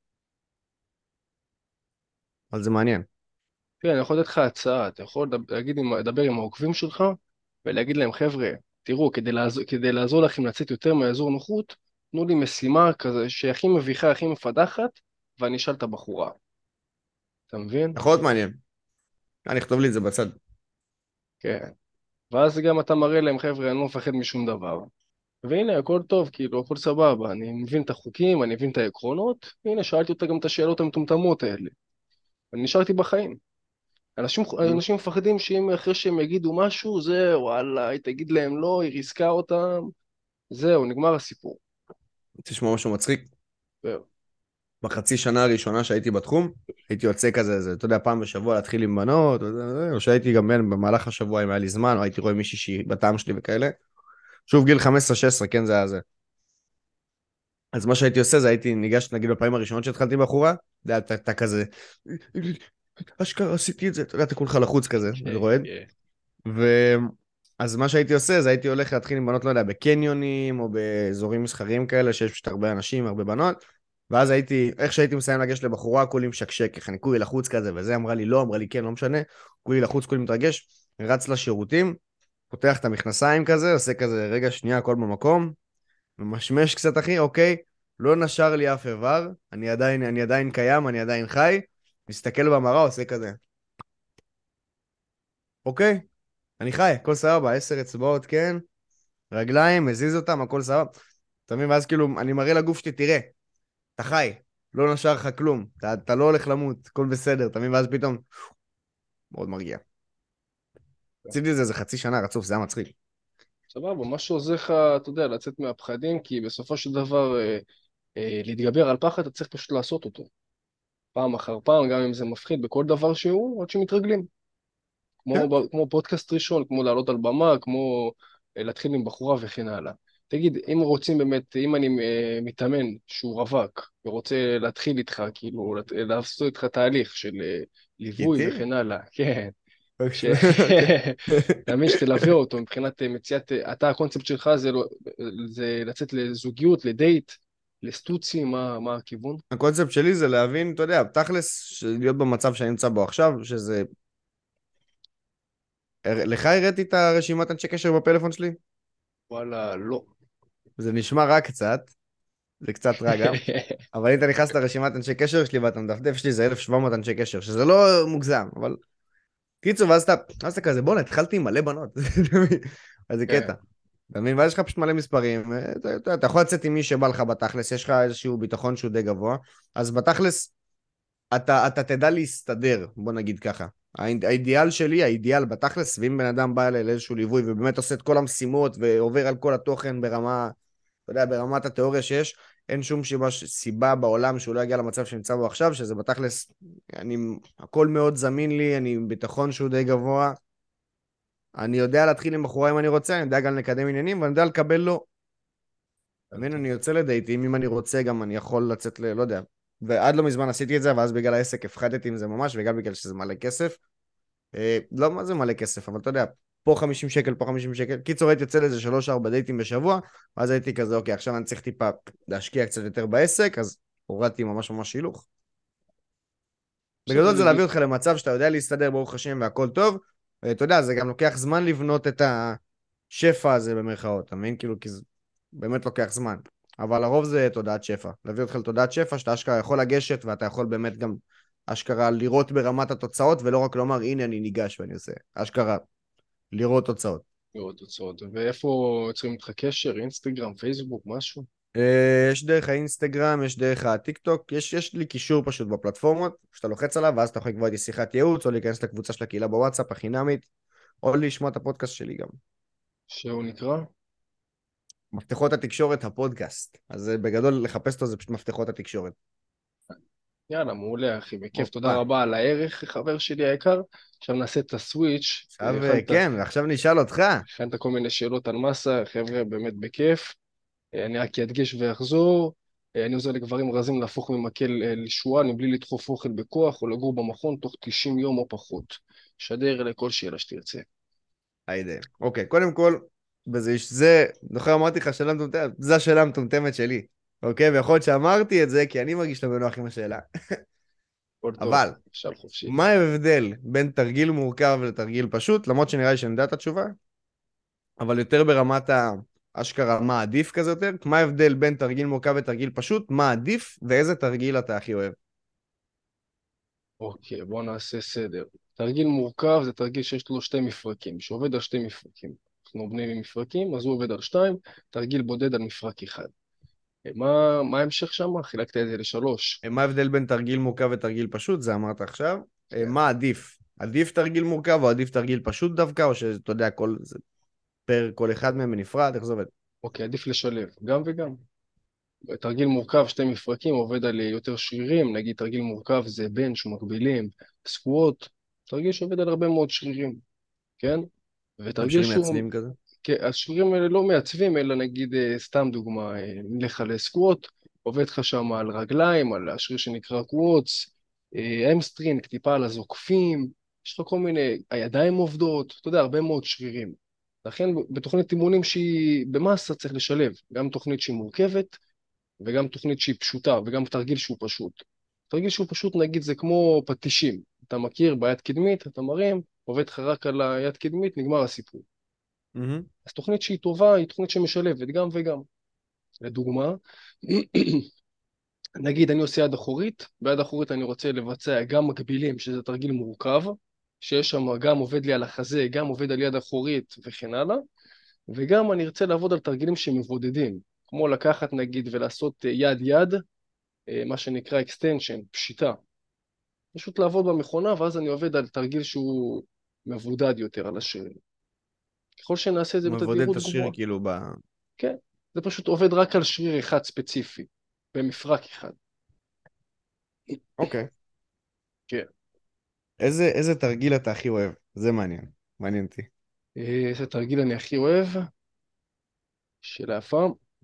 אבל זה מעניין. תראה, אני יכול לתת לך הצעה, אתה יכול לדבר- להגיד עם- לדבר עם העוקבים שלך ולהגיד להם, חבר'ה, תראו, כדי לעזור, כדי לעזור לכם לצאת יותר מהאזור נוחות, תנו לי משימה כזה שהכי מביכה, הכי מפדחת, ואני אשאל את הבחורה. אתה מבין? יכול להיות מעניין. אני אכתוב לי את זה בצד. כן. ואז גם אתה מראה להם, חבר'ה, אני לא מפחד משום דבר. והנה, הכל טוב, כאילו, הכל סבבה, אני מבין את החוקים, אני מבין את העקרונות, והנה, שאלתי אותה גם את השאלות המטומטמות האלה. אני נשארתי בחיים. אנשים, אנשים מפחדים שאם אחרי שהם יגידו משהו, זה וואלה, היא תגיד להם לא, היא ריסקה אותם, זהו, נגמר הסיפור. תשמע משהו מצחיק. זהו. בחצי שנה הראשונה שהייתי בתחום, הייתי יוצא כזה, זה, אתה יודע, פעם בשבוע להתחיל עם בנות, או, או שהייתי גם בין, במהלך השבוע, אם היה לי זמן, או הייתי רואה מישהי שהיא בטעם שלי וכאלה. שוב, גיל חמש עשרה שש עשרה, כן, זה היה זה. אז מה שהייתי עושה זה הייתי ניגש, נגיד, בפעמים הראשונות שהתחלתי עם בחורה, אתה יודע, אתה אתה כזה, אשכרה עשיתי את זה, אתה יודע, אתה כולך לחוץ כזה, כן, ורועד. כן. ו... אז מה שהייתי עושה זה הייתי הולך להתחיל עם בנות, לא יודע, בקניונים או באזורים מסחריים כאלה, שיש פשוט הרבה אנשים, הרבה בנות, ואז הייתי, איך שהייתי מסיים לגשת לבחורה, כולי משקשק, איך אני כולי לחוץ כזה, וזה אמרה לי לא, אמרה לי כן, לא משנה, כולי לחוץ, כולי מתרגש, רץ לשירותים, פותח את המכנסיים כזה, עושה כזה, רגע, שנייה, הכל במקום, ממשמש קצת, אחי, אוקיי, לא נשר לי אף איבר, אני עדיין, אני עדיין קיים, אני עדיין חי, מסתכל במראה, עושה כזה, אוקיי, אני חי, הכל סבבה, עשר אצבעות, כן, רגליים, מזיז אותם, הכל סבבה. אתה מבין? ואז כאילו, אני מראה לגוף שלי, תראה, אתה חי. לא נשר לך כלום, אתה, אתה לא הולך למות, הכל בסדר, אתה מבין? ואז פתאום, מאוד מרגיע. עשיתי את זה איזה חצי שנה רצוף, זה היה מצחיק. סבבה, מה שעוזר לך, אתה יודע, לצאת מהפחדים, כי בסופו של דבר, אה, אה, להתגבר על פחד, אתה צריך פשוט לעשות אותו. פעם אחר פעם, גם אם זה מפחיד בכל דבר שהוא, עד שמתרגלים. כמו, כן. ב- כמו פודקאסט ראשון, כמו לעלות על במה, כמו אה, להתחיל עם בחורה וכן הלאה. תגיד, אם רוצים באמת, אם אני אה, מתאמן שהוא רווק, ורוצה להתחיל איתך, כאילו, לת- לעשות איתך תהליך של אה, ליווי איתי? וכן הלאה, כן, ש... אוקיי. תאמין שתלווה אותו מבחינת אה, מציאת, אה, אתה הקונספט שלך זה, לא, זה לצאת לזוגיות, לדייט, לסטוצי, מה, מה הכיוון? הקונספט שלי זה להבין, אתה יודע, תכלס, להיות במצב שאני נמצא בו עכשיו, שזה... לך הראיתי את הרשימת אנשי קשר בפלאפון שלי? וואלה, לא. זה נשמע רע קצת, זה קצת רע גם, אבל אם אתה נכנס לרשימת אנשי קשר שלי ואתה מדפדף, שלי זה אלף ושבע מאות אנשי קשר, שזה לא מוגזם, אבל... קיצור, ואז אתה, ואז אתה כזה, בואנה, התחלתי עם מלא בנות, אז זה כן, קטע. אתה מבין? ואז יש לך פשוט מלא מספרים, אתה, אתה, אתה יכול לצאת עם מי שבא לך בתכלס, יש לך איזשהו ביטחון שהוא די גבוה, אז בתכלס, אתה, אתה תדע להסתדר, בוא נגיד ככה. האיד- האידיאל שלי, האידיאל בתכלס, ואם בן אדם בא אליי לאיזשהו ליווי ובאמת עושה את כל המשימות ועובר על כל התוכן ברמה, אתה יודע, ברמת התיאוריה שיש, אין שום סיבה, סיבה בעולם שהוא לא יגיע למצב שנמצא בו עכשיו, שזה בתכלס, אני, הכל מאוד זמין לי, אני עם ביטחון שהוא די גבוה, אני יודע להתחיל עם בחורה אם אני רוצה, אני יודע גם לקדם עניינים, ואני יודע לקבל לא. אתה מבין? אני יוצא לדייטים, אם אני רוצה גם אני יכול לצאת ל... לא יודע. ועד לא מזמן עשיתי את זה, ואז בגלל העסק הפחדתי עם זה ממש, וגם בגלל שזה מלא כסף. אה, לא מה זה מלא כסף, אבל אתה יודע, פה חמישים שקל, פה חמישים שקל. קיצור, הייתי יוצא לאיזה שלוש ארבע דייטים בשבוע, ואז הייתי כזה, אוקיי, עכשיו אני צריך טיפה להשקיע קצת יותר בעסק, אז הורדתי ממש ממש הילוך. בסדר, בגדול זה להביא לג- אותך למצב שאתה יודע להסתדר, ברוך השם, והכל טוב. ואתה יודע, זה גם לוקח זמן לבנות את השפע הזה במרכאות, אתה מבין? כאילו, כי זה באמת לוקח זמן. אבל הרוב זה תודעת שפע. להביא אותך לתודעת שפע, שאתה אשכרה יכול לגשת, ואתה יכול באמת גם אשכרה לראות ברמת התוצאות, ולא רק לומר, הנה אני ניגש ואני עושה. אשכרה, לראות תוצאות. לראות תוצאות. ואיפה יוצרים איתך קשר? אינסטגרם, פייסבוק, משהו? אה, יש דרך האינסטגרם, יש דרך הטיק טוק, יש, יש לי קישור פשוט בפלטפורמות, שאתה לוחץ עליו, ואז אתה יכול לקבוע איתי שיחת ייעוץ, או להיכנס לקבוצה של הקהילה בוואטסאפ החינמית, או לשמוע את הפודקאסט שלי גם. שהוא נקרא? מפתחות התקשורת, הפודקאסט. אז אה, בגדול, לחפש אותו זה פשוט מפתחות התקשורת. יאללה, מעולה, אחי, בכיף. תודה הופה. רבה על הערך, חבר שלי היקר. עכשיו נעשה את הסוויץ'. עכשיו, אה, הכנת, כן, ועכשיו נשאל אותך. הכנת כל מיני שאלות על מסה, חבר'ה, באמת בכיף. אה, אני רק אדגיש ואחזור. אה, אני עוזר לגברים רזים להפוך ממקל אה, לשועל מבלי לדחוף אוכל בכוח או לגור במכון תוך תשעים יום או פחות. שדר לכל שאלה שתרצה. היידה. אוקיי, קודם כל, וזה, זה, זוכר אמרתי לך שאלה מטומטמת, זו השאלה המטומטמת שלי. אוקיי, ויכול להיות שאמרתי את זה כי אני מרגיש לא בנוח עם השאלה. הכל טוב, אבל, שאל חופשי. מה ההבדל בין תרגיל מורכב לתרגיל פשוט? למרות שנראה לי שאני יודע את התשובה, אבל יותר ברמת האשכרה, מה עדיף כזה יותר? מה ההבדל בין תרגיל מורכב לתרגיל פשוט? מה עדיף ואיזה תרגיל אתה הכי אוהב? אוקיי, בואו נעשה סדר. תרגיל מורכב זה תרגיל שיש לו שתי מפרקים, שעובד על שתי מפרקים. אנחנו בנויים ממפרקים, אז הוא עובד על שתיים, תרגיל בודד על מפרק אחד. אה, מה, מה ההמשך שם? חילקת את זה לשלוש. מה ההבדל בין תרגיל מורכב ותרגיל פשוט? זה אמרת עכשיו. אה, כן. מה עדיף? עדיף תרגיל מורכב או עדיף תרגיל פשוט דווקא, או שאתה יודע, כל, זה פר כל אחד מהם בנפרד, איך זה עובד? אוקיי, עדיף לשלב, גם וגם. תרגיל מורכב, שתי מפרקים, עובד על יותר שרירים, נגיד תרגיל מורכב זה בנץ', מקבילים, סקווט, תרגיל שעובד על הרבה מאוד שרירים, כן? גם ותרגיל שירים שהוא מעצבים כזה? כן, השרירים האלה לא מעצבים, אלא נגיד, אה, סתם דוגמה, אה, נלך על סקווט, עובד לך שם על רגליים, על השריר שנקרא קווץ, אמסטרינג, טיפה על הזוקפים, יש לך כל מיני, הידיים עובדות, אתה יודע, הרבה מאוד שרירים. לכן בתוכנית אימונים שהיא במסה צריך לשלב, גם תוכנית שהיא מורכבת, וגם תוכנית שהיא פשוטה, וגם תרגיל שהוא פשוט. תרגיל שהוא פשוט, נגיד, זה כמו פטישים. אתה מכיר ביד קדמית, אתה מרים, עובד לך רק על היד קדמית, נגמר הסיפור. מהמם. אז תוכנית שהיא טובה היא תוכנית שמשלבת גם וגם. לדוגמה, נגיד אני עושה יד אחורית, ביד אחורית אני רוצה לבצע גם מקבילים, שזה תרגיל מורכב, שיש שם גם עובד לי על החזה, גם עובד על יד אחורית וכן הלאה, וגם אני ארצה לעבוד על תרגילים שמבודדים, כמו לקחת נגיד ולעשות יד-יד, מה שנקרא extension, פשיטה. פשוט לעבוד במכונה, ואז אני עובד על תרגיל שהוא מבודד יותר על השרירים. ככל שנעשה את זה הוא מבודד את בתדירות השריר גבוהה, כאילו ב... כן, זה פשוט עובד רק על שריר אחד ספציפי, במפרק אחד. אוקיי. כן. איזה, איזה תרגיל אתה הכי אוהב? זה מעניין. מעניין אותי. אה, איזה תרגיל אני הכי אוהב? שאלה יפה.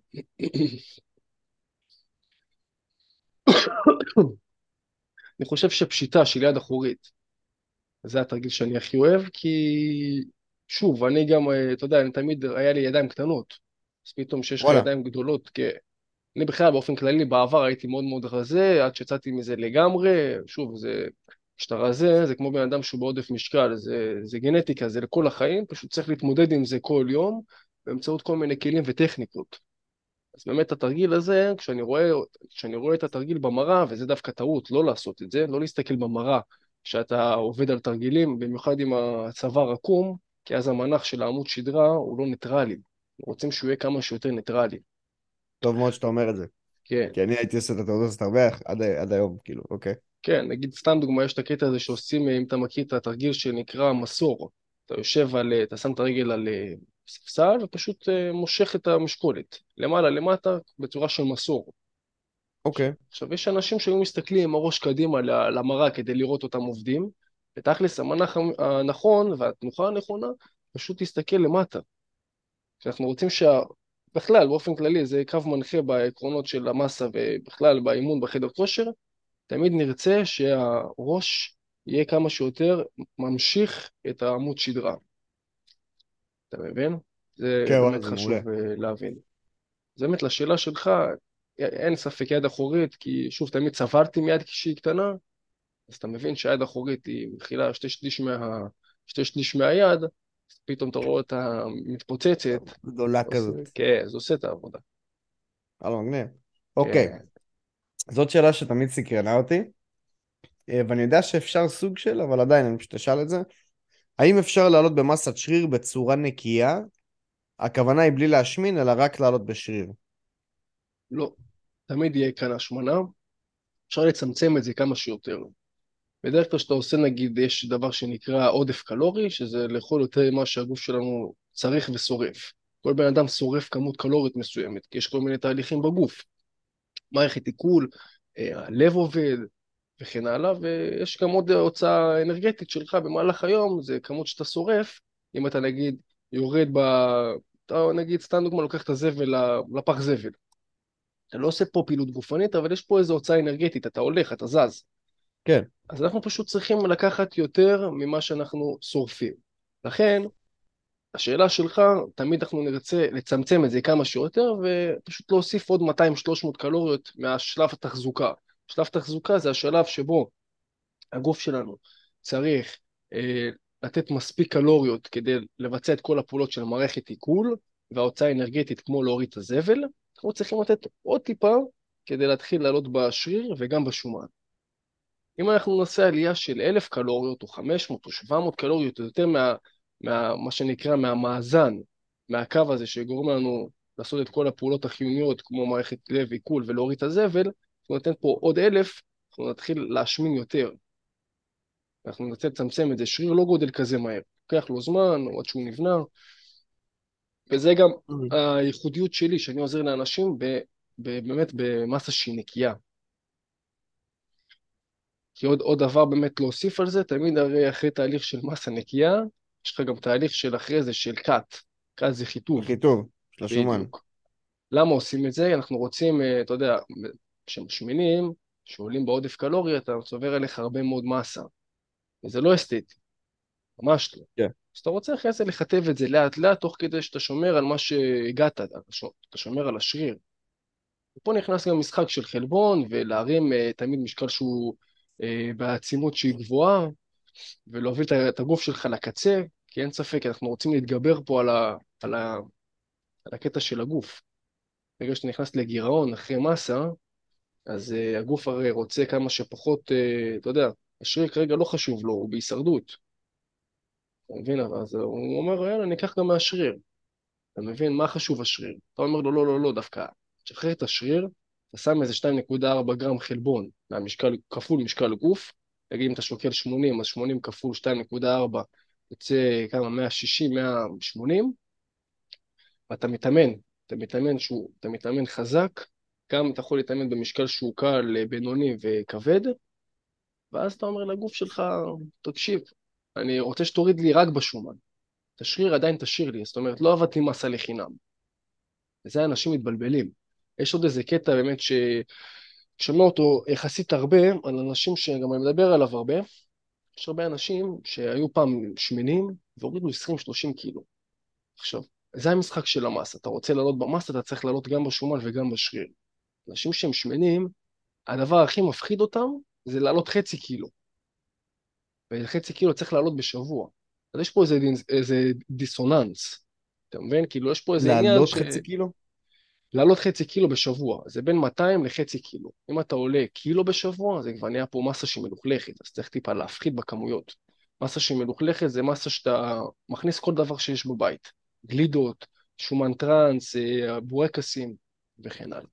אני חושב שפשיטה של יד אחורית, זה התרגיל שאני הכי אוהב, כי שוב, אני גם, אה, אתה יודע, אני תמיד, היה לי ידיים קטנות, אז פתאום שיש לך וואלה. ידיים גדולות, כי אני בכלל באופן כללי בעבר הייתי מאוד מאוד רזה, עד שיצאתי מזה לגמרי, שוב, זה, כשאתה רזה, זה כמו בן אדם שהוא בעודף משקל, זה, זה גנטיקה, זה לכל החיים, פשוט צריך להתמודד עם זה כל יום, באמצעות כל מיני כלים וטכניקות. אז באמת התרגיל הזה, כשאני רואה, כשאני רואה את התרגיל במראה, וזה דווקא טעות, לא לעשות את זה, לא להסתכל במראה כשאתה עובד על תרגילים, במיוחד עם הצוואר עקום, כי אז המנח של העמוד שדרה הוא לא ניטרלי. רוצים שהוא יהיה כמה שיותר ניטרלי. טוב מאוד שאתה אומר את זה. כן, כי אני הייתי עושה את הטעות הזאת הרבה עד, עד היום, כאילו, אוקיי. כן, נגיד סתם דוגמה, יש את הקטע הזה שעושים, אם אתה מכיר את התרגיל שנקרא מסור. אתה יושב על, אתה שם את הרגל על אה, ספסל, ופשוט אה, מושך את המשקולת, למעלה, למטה, בצורה של מסור. אוקיי. עכשיו, יש אנשים שהיו מסתכלים עם הראש קדימה ל- למראה כדי לראות אותם עובדים, ותכלס המנח הנכון והתנוחה הנכונה, פשוט תסתכל למטה. שאנחנו רוצים שה... בכלל, באופן כללי, זה קו מנחה בעקרונות של המסה ובכלל באימון בחדר כושר, תמיד נרצה שהראש יהיה כמה שיותר ממשיך את העמוד שדרה. אתה מבין? זה כן, וואלה, באמת זה מעולה. חשוב אה, להבין. אז באמת לשאלה שלך, אין ספק יד אחורית, כי שוב, תמיד סברתי מיד כשהיא קטנה, אז אתה מבין שהיד האחורית היא מכילה שתי שליש מה... שתי שליש מהיד, אז פתאום אתה רואה אותה מתפוצצת, גדולה עושה... כזאת. כן, זה עושה את העבודה. וואלה, מגניב. אוקיי. כן. זאת שאלה שתמיד סקרנה אותי, אה, ואני יודע שאפשר סוג של, אבל עדיין אני פשוט אשאל את זה. האם אפשר לעלות במסת שריר בצורה נקייה? הכוונה היא בלי להשמין, אלא רק לעלות בשריר. לא, תמיד יהיה כאן השמנה, אפשר לצמצם את זה כמה שיותר. בדרך כלל כשאתה עושה, נגיד, יש דבר שנקרא עודף קלורי, שזה לאכול יותר ממה שהגוף שלנו צריך ושורף. כל בן אדם שורף כמות קלורית מסוימת, כי יש כל מיני תהליכים בגוף. מערכת עיכול, אה, הלב עובד, וכן הלאה, ויש גם עוד הוצאה אנרגטית שלך במהלך היום, זה כמות שאתה שורף, אם אתה נגיד יורד ב... אתה נגיד, סתם דוגמה, לוקח את הזבל לפח זבל. אתה לא עושה פה פעילות גופנית, אבל יש פה איזו הוצאה אנרגטית, אתה הולך, אתה זז. כן. אז אנחנו פשוט צריכים לקחת יותר ממה שאנחנו שורפים. לכן, השאלה שלך, תמיד אנחנו נרצה לצמצם את זה כמה שיותר, ופשוט להוסיף עוד מאתיים שלוש מאות קלוריות מהשלב התחזוקה. שלב תחזוקה זה השלב שבו הגוף שלנו צריך אה, לתת מספיק קלוריות כדי לבצע את כל הפעולות של מערכת עיכול, וההוצאה האנרגטית כמו להוריד את הזבל, אנחנו צריכים לתת עוד טיפה כדי להתחיל לעלות בשריר וגם בשומן. אם אנחנו נעשה עלייה של אלף קלוריות או חמש מאות או שבע מאות קלוריות, או יותר מה, מה, מה שנקרא מהמאזן, מהקו הזה שגורם לנו לעשות את כל הפעולות החיוניות כמו מערכת לב עיכול ולהוריד את הזבל, אנחנו ניתן פה עוד אלף, אנחנו נתחיל להשמין יותר. אנחנו נרצה לצמצם את זה, שריר לא גודל כזה מהר, לוקח לו זמן, או עד שהוא נבנה, וזה גם הייחודיות שלי, שאני עוזר לאנשים ב, ב, באמת במסה שהיא נקייה. כי עוד, עוד דבר באמת להוסיף על זה, תמיד הרי אחרי תהליך של מסה נקייה, יש לך גם תהליך של אחרי זה של קאט, קאט זה חיטוב, הכי טוב, של השומן. בדיוק. למה עושים את זה? אנחנו רוצים, אה, אתה יודע, כשמשמינים, שעולים בעודף קלורי, אתה צובר עליך הרבה מאוד מסה, וזה לא אסתטי. ממש לא. כן. אז אתה רוצה אחרי זה לכתב את זה לאט לאט, תוך כדי שאתה שומר על מה שהגעת, אתה שומר על השריר. ופה נכנס גם משחק של חלבון, ולהרים uh, תמיד משקל שהוא uh, בעצימות שהיא גבוהה, ולהוביל את הגוף שלך לקצה, כי אין ספק, אנחנו רוצים להתגבר פה על, ה, על, ה, על הקטע של הגוף. ברגע שאתה נכנס לגירעון אחרי מסה, אז uh, הגוף הרי רוצה כמה שפחות, uh, אתה יודע, השריר כרגע לא חשוב לו, הוא בהישרדות. אתה מבין? אז הוא אומר, יאללה, ניקח גם מהשריר. אתה מבין? מה חשוב השריר? אתה אומר לו, לא, לא, לא, דווקא, תשחרר את השריר, אתה שם איזה שתיים נקודה ארבע גרם חלבון, מהמשקל, כפול משקל גוף, נגיד אם אתה שוקל שמונים, אז שמונים כפול שתיים נקודה ארבע, יוצא כמה, מאה שישים, מאה שמונים, ואתה מתאמן, אתה מתאמן שהוא, אתה מתאמן חזק, גם אתה יכול להתאמן במשקל שהוא קל, בינוני וכבד, ואז אתה אומר לגוף שלך, תקשיב, אני רוצה שתוריד לי רק בשומן, את השריר עדיין תשאיר לי, זאת אומרת, לא עבדתי מסה לחינם. וזה אנשים מתבלבלים. יש עוד איזה קטע באמת ששומע אותו יחסית הרבה, על אנשים שגם אני מדבר עליו הרבה, יש הרבה אנשים שהיו פעם שמנים והורידו עשרים שלושים קילו. עכשיו, זה המשחק של המסה, אתה רוצה לעלות במסה, אתה צריך לעלות גם בשומן וגם בשריר. אנשים שהם שמנים, הדבר הכי מפחיד אותם זה לעלות חצי קילו. וחצי קילו צריך לעלות בשבוע. אז יש פה איזה, איזה דיסוננס, אתה מבין? כאילו יש פה איזה עניין לעלות ש... חצי קילו? לעלות חצי קילו בשבוע, זה בין מאתיים לחצי קילו. אם אתה עולה קילו בשבוע, זה כבר נהיה פה מסה שהיא מלוכלכת, אז צריך טיפה להפחית בכמויות. מסה שהיא מלוכלכת זה מסה שאתה מכניס כל דבר שיש בבית. גלידות, שומן טרנס, אה, בורקסים וכן הלאה.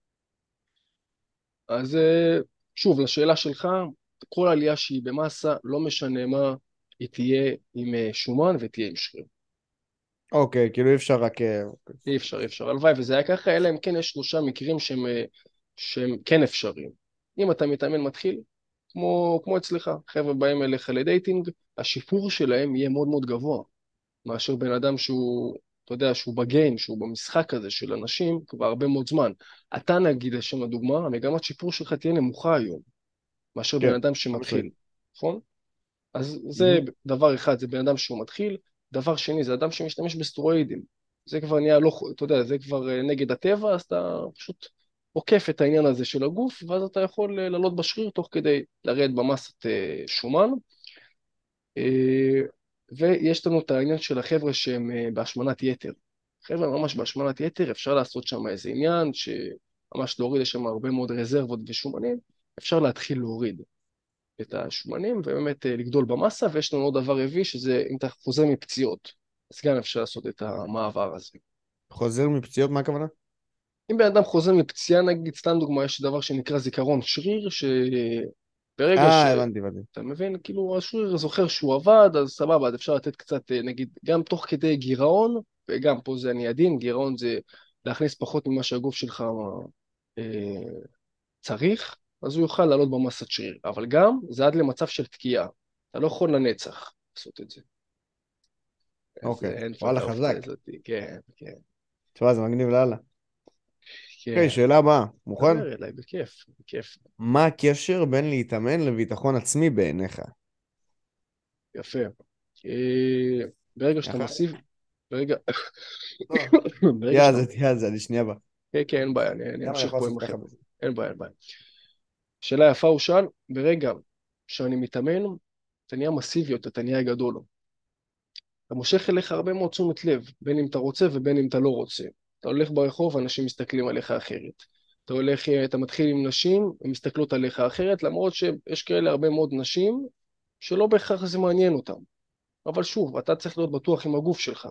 אז אה, שוב, לשאלה שלך, כל עלייה שהיא במסה, לא משנה מה, היא תהיה עם אה, שומן ותהיה עם שריר. אוקיי, כאילו אי אפשר רק... אה, אוקיי. אי אפשר, אי אפשר. הלוואי וזה היה ככה, אלא אם כן יש שלושה מקרים שהם, אה, שהם כן אפשריים. אם אתה מתאמן מתחיל, כמו, כמו אצלך, חבר'ה באים אליך לדייטינג, השיפור שלהם יהיה מאוד מאוד גבוה, מאשר בן אדם שהוא, אתה יודע, שהוא בגיים, שהוא במשחק הזה של אנשים כבר הרבה מאוד זמן. אתה נגיד, לשם הדוגמה, המגמת שיפור שלך תהיה נמוכה היום, מאשר בן כן, אדם חד משמעית. שמתחיל, נכון? אז זה מהמם. דבר אחד, זה בן אדם שהוא מתחיל, דבר שני, זה אדם שמשתמש בסטרואידים. זה כבר נהיה, לא, אתה יודע, זה כבר אה, נגד הטבע, אז אתה פשוט עוקף את העניין הזה של הגוף, ואז אתה יכול אה, לעלות בשריר תוך כדי לרדת במסת אה, שומן. אה, ויש לנו את העניין של החבר'ה שהם אה, בהשמנת יתר. חבר'ה ממש בהשמנת יתר, אפשר לעשות שם איזה עניין, שממש להוריד, יש שם הרבה מאוד רזרבות ושומנים, אפשר להתחיל להוריד את השומנים ובאמת אה, לגדול במסה, ויש לנו עוד דבר רביעי שזה אם אתה חוזר מפציעות, אז גם אפשר לעשות את המעבר הזה. חוזר מפציעות, מה הכוונה? אם בן אדם חוזר מפציעה נגיד, סתם דוגמה, יש דבר שנקרא זיכרון שריר, שברגע ש... אה, הבנתי, הבנתי. אתה מבין? כאילו השריר זוכר שהוא עבד, אז סבבה, אז אפשר לתת קצת, אה, נגיד, גם תוך כדי גירעון, וגם פה זה אני עדין, גירעון זה להכניס פחות ממה שהגוף שלך אה, צריך, אז הוא יוכל לעלות במסת שריר. אבל גם זה עד למצב של תקיעה. אתה לא יכול לנצח לעשות את זה. אז אוקיי, אין לך את וואלה, האופציה חזק. הזאת. כן, כן, תשמע, זה מגניב לאללה. אוקיי, כן. שאלה הבאה, מוכן? דבר אליי, בכיף, בכיף. מה הקשר בין להתאמן לביטחון עצמי בעיניך? יפה. אה, ברגע שאתה יחד? מסיב, ברגע, לא. ברגע תהיה על שאתה, זה, תהיה על זה, אני שנייה בא. כן, כן, אין בעיה, אני, אני גם אני אמשיך יכול פה עם לעשות אחר. ככה בזה. אין בעיה, אין בעיה. שאלה יפה הוא שאל, ברגע שאני מתאמן, אתה נהיה מסיבי יותר, אתה נהיה גדול. אתה מושך אליך הרבה מאוד תשומת לב, בין אם אתה רוצה ובין אם אתה לא רוצה. אתה הולך ברחוב, אנשים מסתכלים עליך אחרת. אתה הולך, אתה מתחיל עם נשים, הן מסתכלות עליך אחרת, למרות שיש כאלה הרבה מאוד נשים שלא בהכרח זה מעניין אותם. אבל שוב, אתה צריך להיות בטוח עם הגוף שלך.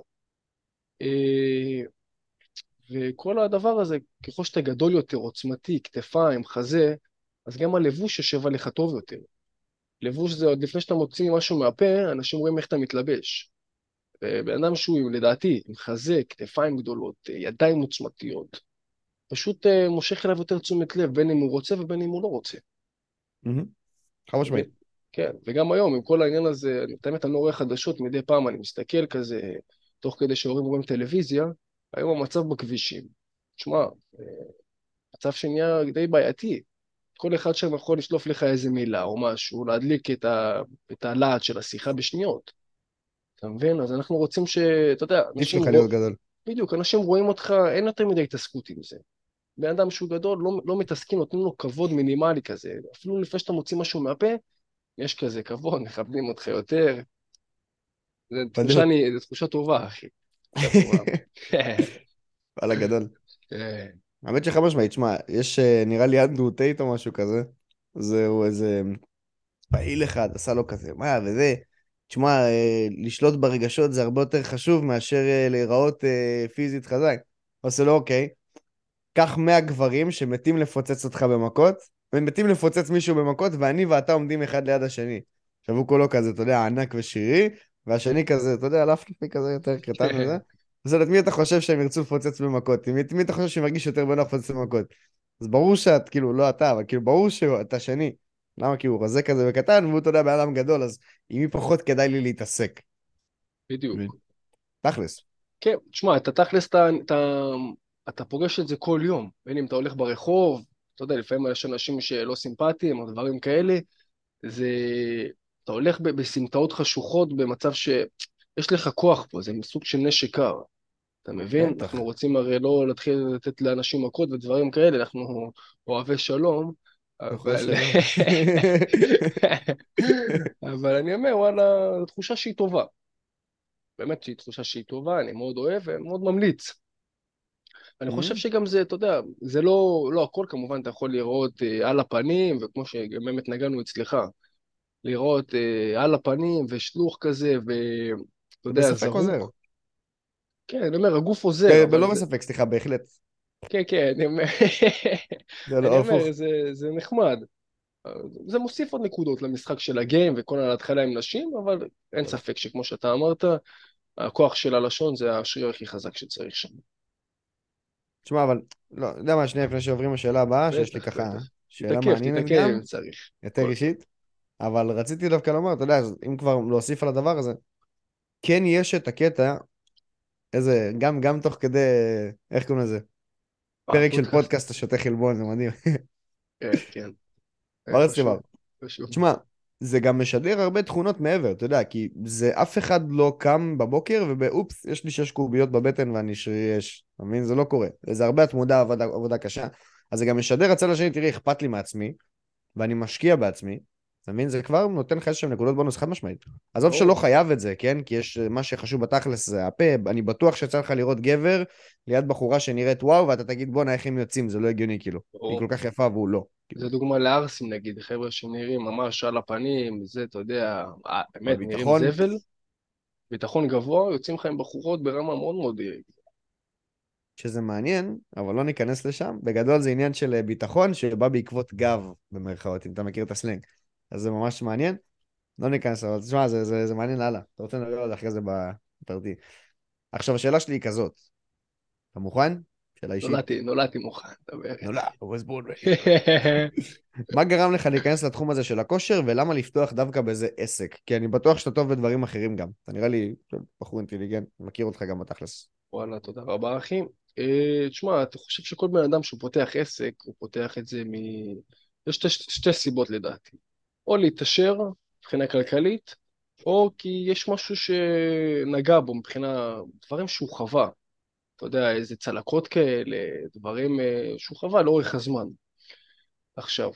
אה, וכל הדבר הזה, ככל שאתה גדול יותר, עוצמתי, כתפיים, חזה, אז גם הלבוש יושב עליך טוב יותר. לבוש זה עוד לפני שאתה מוציא משהו מהפה, אנשים רואים איך אתה מתלבש. בן אדם שהוא, לדעתי, עם חזה, כתפיים גדולות, ידיים עוצמתיות, פשוט אה, מושך אליו יותר תשומת לב, בין אם הוא רוצה ובין אם הוא לא רוצה. מהמם. חד אתה מבין? משמעית. כן, וגם היום, עם כל העניין הזה, אני באמת אני לא רואה חדשות, מדי פעם אני מסתכל כזה, תוך כדי שהורים רואים טלוויזיה, היום המצב בכבישים. תשמע, אה, מצב שנהיה די בעייתי. כל אחד שם יכול לשלוף לך איזה מילה או משהו, להדליק את, ה... את הלהט של השיחה בשניות. אתה מבין? אז אנחנו רוצים ש... אתה יודע, עדיף אנשים לך רוא... להיות גדול. בדיוק, אנשים רואים אותך, אין יותר מדי התעסקות עם זה. בן אדם שהוא גדול, לא, לא מתעסקים, נותנים לו כבוד מינימלי כזה. אפילו לפני שאתה מוציא משהו מהפה, יש כזה כבוד, מכבדים אותך יותר. זו תחושה, בדיוק. אני... זו תחושה טובה, אחי. תחושה טובה. וואלה, גדול. כן. האמת שחד משמעית, שמע, יש אה, נראה לי אנדרו טייט או משהו כזה. זהו איזה פעיל אחד, עשה לו כזה, מה, וזה. תשמע, אה, לשלוט ברגשות זה הרבה יותר חשוב מאשר אה, להיראות אה, פיזית חזק. עושה לו, אוקיי. קח מאה גברים שמתים לפוצץ אותך במכות, ומתים לפוצץ מישהו במכות, ואני ואתה עומדים אחד ליד השני. עכשיו הוא כולו כזה, אתה יודע, ענק ושירי, והשני כזה, אתה יודע, לפלפי כזה יותר קטן וזה. אז את מי אתה חושב שהם ירצו לפוצץ במכות? עם מי אתה חושב שהם ירגישו יותר בנוח לפוצץ במכות? אז ברור שאת, כאילו, לא אתה, אבל כאילו, ברור שאתה שני. למה? כי הוא רזה כזה וקטן, והוא, אתה יודע, בן אדם גדול, אז עם מי פחות כדאי לי להתעסק. בדיוק. תכלס. כן, תשמע, אתה תכלס, אתה, אתה, אתה פוגש את זה כל יום, בין אם אתה הולך ברחוב, אתה יודע, לפעמים יש אנשים שלא סימפטיים או דברים כאלה, זה, אתה הולך ב- בסמטאות חשוכות במצב שיש לך כוח פה, זה סוג של נשק קר, אתה מבין? בטח. אנחנו רוצים הרי לא להתחיל לתת לאנשים מכות ודברים כאלה, אנחנו אוהבי שלום, אוכל אבל... שלום. אבל אני אומר, וואלה, זו תחושה שהיא טובה. באמת שהיא תחושה שהיא טובה, אני מאוד אוהב ומאוד ממליץ. אני חושב Mm, שגם זה, אתה יודע, זה לא, לא הכל, כמובן אתה יכול לראות אה, על הפנים, וכמו שבאמת נגענו אצלך, לראות אה, על הפנים ושלוח כזה, ואתה זה יודע, בספק עוזר. זרוק. כן, אני אומר, הגוף עוזר, ב- אבל לא זה, בספק, סליחה, בהחלט. כן, כן, אני אומר, זה אני לא אומר, הפוך. זה, זה נחמד. זה מוסיף עוד נקודות למשחק של הגיים וכל ההתחלה עם נשים, אבל אין ספק שכמו שאתה אמרת, הכוח של הלשון זה השריר הכי חזק שצריך שם. תשמע, אבל, לא, יודע מה, שנייה לפני שעוברים לשאלה הבאה, שיש לי בטח, ככה בטח. שאלה תתעכב, מעניינת תתעכב גם, אם צריך. יותר הכל טוב. אישית, אבל רציתי דווקא לומר, אתה יודע, אז אם כבר להוסיף על הדבר הזה, כן יש את הקטע, איזה, גם, גם תוך כדי, איך קוראים לזה? אה, פרק של פודקאסט. פודקאסט השותה חלבון, זה מדהים. כן, כן. אה, בארץ דבר. חשוב, חשוב. תשמע, זה גם משדר הרבה תכונות מעבר, אתה יודע, כי זה אף אחד לא קם בבוקר ובאופס, יש לי שש קוביות בבטן ואני שריש. אתה מבין? זה לא קורה. זה הרבה התמודה, עבודה, עבודה קשה. אז זה גם משדר הצד השני, תראי, אכפת לי מעצמי, ואני משקיע בעצמי. אתה מבין? זה כבר נותן לך איזשהם נקודות בונוס חד משמעית. עזוב שלא ברור, חייב את זה, כן? כי יש מה שחשוב בתכלס זה הפה. אני בטוח שיצא לך לראות גבר ליד בחורה שנראית וואו, ואתה תגיד בואנה איך הם יוצאים, זה לא הגיוני כאילו. היא כל ברור. כך יפה והוא לא. כאילו. זה דוגמה לערסים נגיד, חבר'ה שנראים ממש על הפנים, זה, אתה יודע, אה, אבל באמת, נראים ביטחון, זבל, ביטחון גבוה, יוצאים לך עם בחורות ברמה מאוד מאוד... שזה מעניין, אבל לא ניכנס לשם. בגדול זה עניין של אה, ביטחון שבא בעקבות גב, במרכאות, אם אתה מכיר את הסלנג. אז זה ממש מעניין. לא ניכנס, אבל תשמע, זה, זה, זה מעניין הלאה. אתה רוצה לדבר על זה אחרי זה בפרטי. עכשיו, השאלה שלי היא כזאת. אתה מוכן? שאלה אישית. נולדתי, נולדתי מוכן, דבר נולד, איתי. I was born ready. מה גרם לך להיכנס לתחום הזה של הכושר, ולמה לפתוח דווקא באיזה עסק? כי אני בטוח שאתה טוב בדברים אחרים גם. אתה נראה לי בחור אינטליגנט, מכיר אותך גם בתכלס. וואלה, תודה רבה, אחי. אה, תשמע, אתה חושב שכל בן אדם שהוא פותח עסק, הוא פותח את זה מ... יש שתי, שתי סיבות לדעתי. או להתעשר מבחינה כלכלית, או כי יש משהו שנגע בו מבחינה, דברים שהוא חווה. אתה יודע, איזה צלקות כאלה, דברים אה, שהוא חווה לאורך הזמן. עכשיו,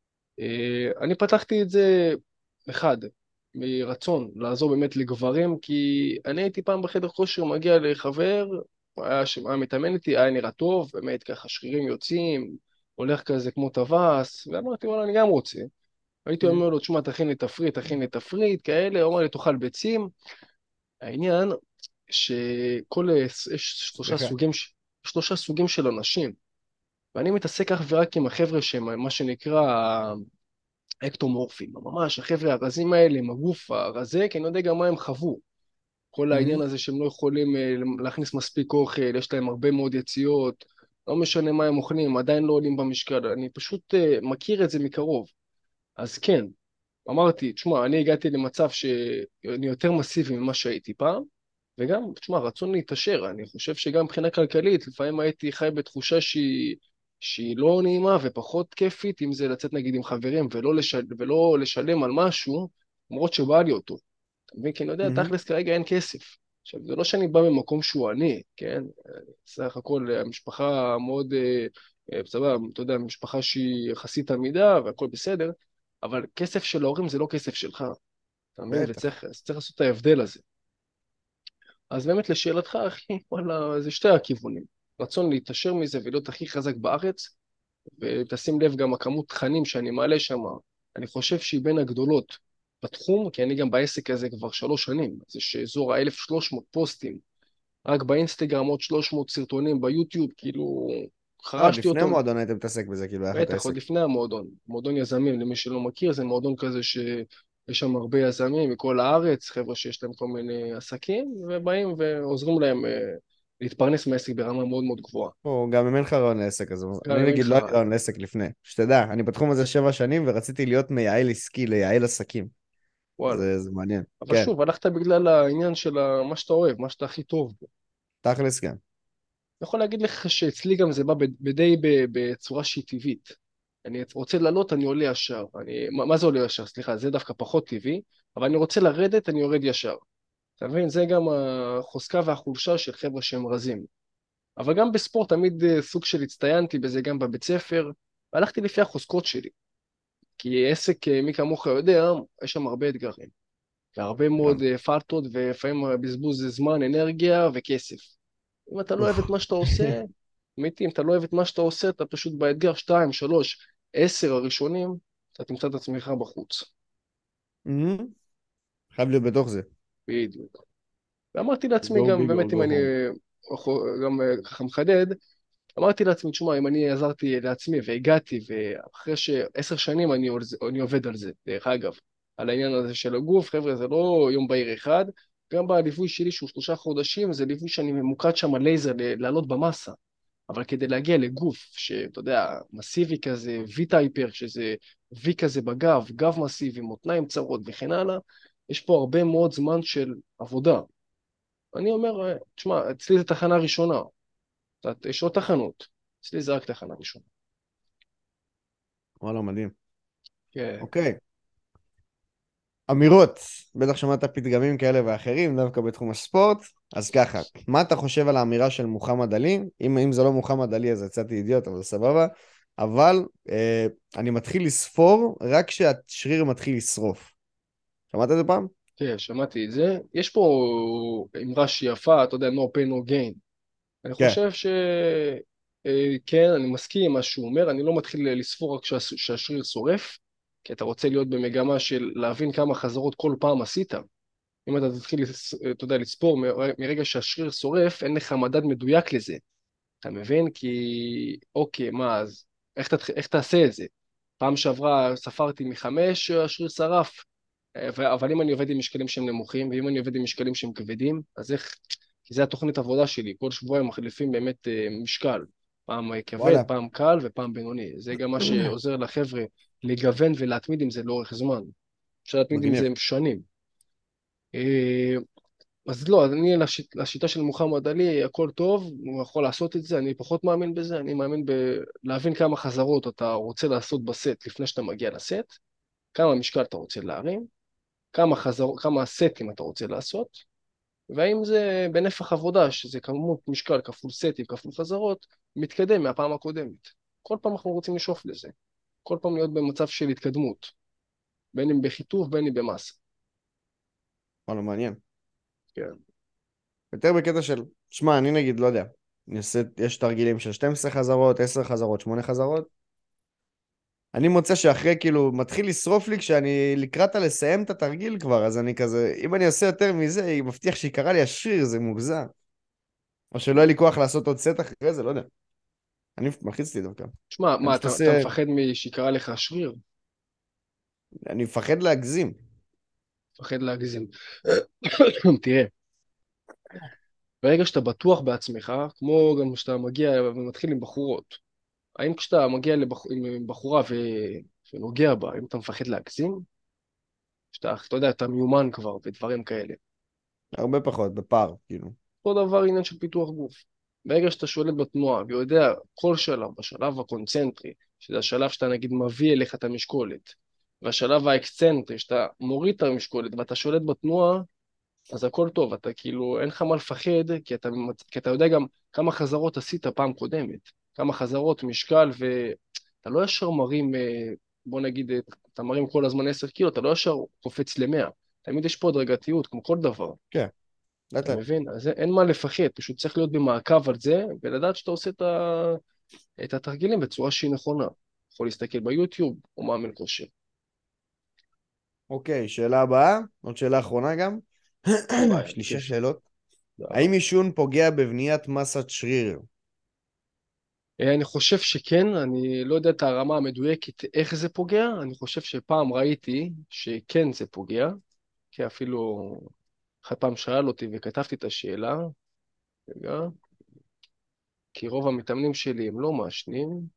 אה, אני פתחתי את זה, אחד, מרצון לעזור באמת לגברים, כי אני הייתי פעם בחדר כושר, מגיע לחבר, הוא היה, ש- היה מתאמן איתי, היה נראה טוב, באמת ככה שרירים יוצאים, הולך כזה כמו טווס, ואמרתי, וואלה, אני גם רוצה. הייתי אומר לו, תשמע, תכין לי תפריט, תכין לי תפריט, כאלה, הוא אמר לי, תאכל ביצים. העניין שכל, יש שלושה סליחה. סוגים, ש- שלושה סוגים של אנשים, ואני מתעסק אך ורק עם החבר'ה שהם מה שנקרא אקטומורפים, ממש החבר'ה הרזים האלה עם הגוף הרזה, כי אני יודע גם מה הם חוו. כל העניין הזה שהם לא יכולים אה, להכניס מספיק אוכל, יש להם הרבה מאוד יציאות, לא משנה מה הם אוכלים, עדיין לא עולים במשקל, אני פשוט אה, מכיר את זה מקרוב. אז כן, אמרתי, תשמע, אני הגעתי למצב שאני יותר מסיבי ממה שהייתי פעם, וגם, תשמע, רצון להתעשר, אני חושב שגם מבחינה כלכלית, לפעמים הייתי חי בתחושה שהיא, שהיא לא נעימה ופחות כיפית, אם זה לצאת נגיד עם חברים ולא, לשל, ולא לשלם על משהו, למרות שבא לי אותו. אתה מבין? כי אני יודע, תכלס כרגע אין כסף. עכשיו, זה לא שאני בא ממקום שהוא עני, כן? סך הכל המשפחה מאוד, אה, אה, בסדר, אתה יודע, משפחה שהיא יחסית עמידה והכל בסדר, אבל כסף של ההורים זה לא כסף שלך, אתה מבין? בטח. וצריך צריך לעשות את ההבדל הזה. אז באמת לשאלתך, אחי, וואלה, זה שתי הכיוונים. רצון להתעשר מזה ולהיות הכי חזק בארץ, ותשים לב גם הכמות תכנים שאני מעלה שם, אני חושב שהיא בין הגדולות בתחום, כי אני גם בעסק הזה כבר שלוש שנים, אז יש אזור ה-אלף ושלוש מאות פוסטים, רק באינסטגרם עוד שלוש מאות סרטונים, ביוטיוב, כאילו אה, עוד חרשתי לפני אותו, המועדון הייתם מתעסק בזה, כאילו, היה לך את בטח, עוד העסק. לפני המועדון. מועדון יזמים, למי שלא מכיר, זה מועדון כזה שיש שם הרבה יזמים מכל הארץ, חבר'ה שיש להם כל מיני עסקים, ובאים ועוזרים להם אה, להתפרנס מהעסק ברמה מאוד מאוד גבוהה. או, גם אם אין לך רעיון לעסק, אז גם אני אם אין נגיד לך לא היה לי רעיון. רעיון לעסק לפני. שתדע, אני בתחום הזה שבע שנים ורציתי להיות מייעל עסקי, לייעל עסקים. וואלה. זה, זה מעניין. אבל כן, שוב, הלכת בגלל העניין של ה- מה שאתה אוהב, מה שאתה הכי טוב בו. תכלס כן. אני יכול להגיד לך שאצלי גם זה בא ב- די ב- בצורה שהיא טבעית. אני רוצה לעלות, אני עולה ישר. אני, מה, מה זה עולה ישר? סליחה, זה דווקא פחות טבעי, אבל אני רוצה לרדת, אני יורד ישר. אתה מבין? זה גם החוזקה והחולשה של חבר'ה שהם רזים. אבל גם בספורט תמיד אה, סוג של הצטיינתי בזה גם בבית ספר, והלכתי לפי החוזקות שלי. כי עסק, אה, מי כמוך יודע, יש שם הרבה אתגרים. והרבה כן. מאוד אה, פלטות, ולפעמים בזבוז זמן, אנרגיה וכסף. אם אתה לא אוהב את אוף. מה שאתה עושה, אמיתי, אם אתה לא אוהב את מה שאתה עושה, אתה פשוט באתגר שתיים, שלוש, עשר הראשונים, אתה תמצא את עצמך בחוץ. מהמם. חייב להיות בתוך זה. בדיוק. ואמרתי לעצמי Go גם, big or באמת, אם go אני home. אה, גם אה, ככה מחדד, אמרתי לעצמי, תשמע, אם אני עזרתי לעצמי והגעתי, ואחרי שעשר שנים אני, עול- אני עובד על זה, דרך אגב, על העניין הזה של הגוף, חבר'ה, זה לא יום בהיר אחד, גם בליווי שלי שהוא שלושה חודשים, זה ליווי שאני ממוקד שם על לייזר ל- לעלות במסה. אבל כדי להגיע לגוף שאתה יודע, מסיבי כזה, V-טייפר, שזה V כזה בגב, גב מסיבי, מותניים צרות וכן הלאה, יש פה הרבה מאוד זמן של עבודה. אני אומר, אה, תשמע, אצלי זו תחנה ראשונה, את יודעת, יש עוד תחנות, אצלי זה רק תחנה ראשונה. וואלה, מדהים. כן, אוקיי. אמירות. בטח שמעת פתגמים כאלה ואחרים, דווקא בתחום הספורט. אז ככה, מה אתה חושב על האמירה של מוחמד עלי? אם, אם זה לא מוחמד עלי, אז יצאתי אידיוט, אבל סבבה. אבל אה, אני מתחיל לספור רק כשהשריר מתחיל לשרוף. שמעת את זה פעם? כן, שמעתי את זה. יש פה אמרה שהיא יפה, אתה יודע, no pain no gain. אני כן. חושב ש... אה, כן, אני מסכים עם מה שהוא אומר, אני לא מתחיל לספור רק כשהש- כשהשריר שורף, כי אתה רוצה להיות במגמה של להבין כמה חזרות כל פעם עשית. אם אתה תתחיל, לס- אתה יודע, לספור מ- מרגע שהשריר שורף, אין לך מדד מדויק לזה. אתה מבין? כי, אוקיי, מה אז? איך, תתח... איך תעשה את זה? פעם שעברה ספרתי מחמש, השריר שרף. אה, ו- אבל אם אני עובד עם משקלים שהם נמוכים, ואם אני עובד עם משקלים שהם כבדים, אז איך... כי זה התוכנית עבודה שלי, כל שבועיים מחליפים באמת אה, משקל. פעם אה, כבד, וואלה. פעם קל ופעם בינוני. זה גם מה שעוזר לחבר'ה לגוון ולהתמיד עם זה לאורך זמן. אפשר להתמיד עם זה מגניב. שנים. אה, אז לא, אז אני לשיט, לשיטה של מוחמד עלי, הכל טוב, הוא יכול לעשות את זה, אני פחות מאמין בזה, אני מאמין בלהבין כמה חזרות אתה רוצה לעשות בסט לפני שאתה מגיע לסט, כמה משקל אתה רוצה להרים, כמה חזר, כמה סטים אתה רוצה לעשות, והאם זה בנפח עבודה, שזה כמות משקל כפול סטים כפול חזרות, מתקדם מהפעם הקודמת. כל פעם אנחנו רוצים לשאוף לזה, כל פעם להיות במצב של התקדמות, בין אם בחיתוך, בין אם במסה. וואלה, מעניין. כן. יותר בקטע של, שמע, אני נגיד, לא יודע, אני עושה, יש תרגילים של שתים עשרה חזרות, עשר חזרות, שמונה חזרות. אני מוצא שאחרי, כאילו, מתחיל לשרוף לי כשאני לקראת לסיים את התרגיל כבר, אז אני כזה, אם אני עושה יותר מזה, היא מבטיח שיקרה לי השריר, זה מוגזם. או שלא יהיה לי כוח לעשות עוד סט אחרי זה, לא יודע. אני מלחיץ לי דווקא. תשמע, אני מה, פשוט אתה, אתה עושה, מפחד משיקרה לך שריר? אני מפחד להגזים. מפחד להגזים. תראה, ברגע שאתה בטוח בעצמך, כמו גם כשאתה מגיע ומתחיל עם בחורות, האם כשאתה מגיע לבח... עם בחורה ו... ונוגע בה, האם אתה מפחד להגזים? שאתה, אתה יודע, אתה מיומן כבר ודברים כאלה. הרבה פחות, בפער, כאילו. אותו דבר עניין של פיתוח גוף. ברגע שאתה שולט בתנועה ויודע כל שלב, בשלב הקונצנטרי, שזה השלב שאתה נגיד מביא אליך את המשקולת, והשלב האקסצנטרי, שאתה מוריד את המשקולת ואתה שולט בתנועה, אז הכל טוב, אתה כאילו, אין לך מה לפחד, כי אתה, כי אתה יודע גם כמה חזרות עשית פעם קודמת, כמה חזרות, משקל, ואתה לא ישר מרים, אה, בוא נגיד, אה, אתה מרים כל הזמן עשר קילו, אתה לא ישר קופץ למאה. תמיד יש פה הדרגתיות, כמו כל דבר, כן, לאט אתה לאט. מבין? אז אין מה לפחד, פשוט צריך להיות במעקב על זה, ולדעת שאתה עושה את, ה... את התרגילים בצורה שהיא נכונה. יכול להסתכל ביוטיוב, או מאמן כושר. אוקיי, שאלה הבאה, עוד שאלה אחרונה גם. וואי, יש לי שש כיף. שאלות. יאללה. האם עישון פוגע בבניית מסת שריר? אה, אני חושב שכן, אני לא יודע את הרמה המדויקת איך זה פוגע, אני חושב שפעם ראיתי שכן זה פוגע, כי אפילו אחד פעם שאל אותי וכתבתי את השאלה, רגע, כי רוב המתאמנים שלי הם לא מעשנים,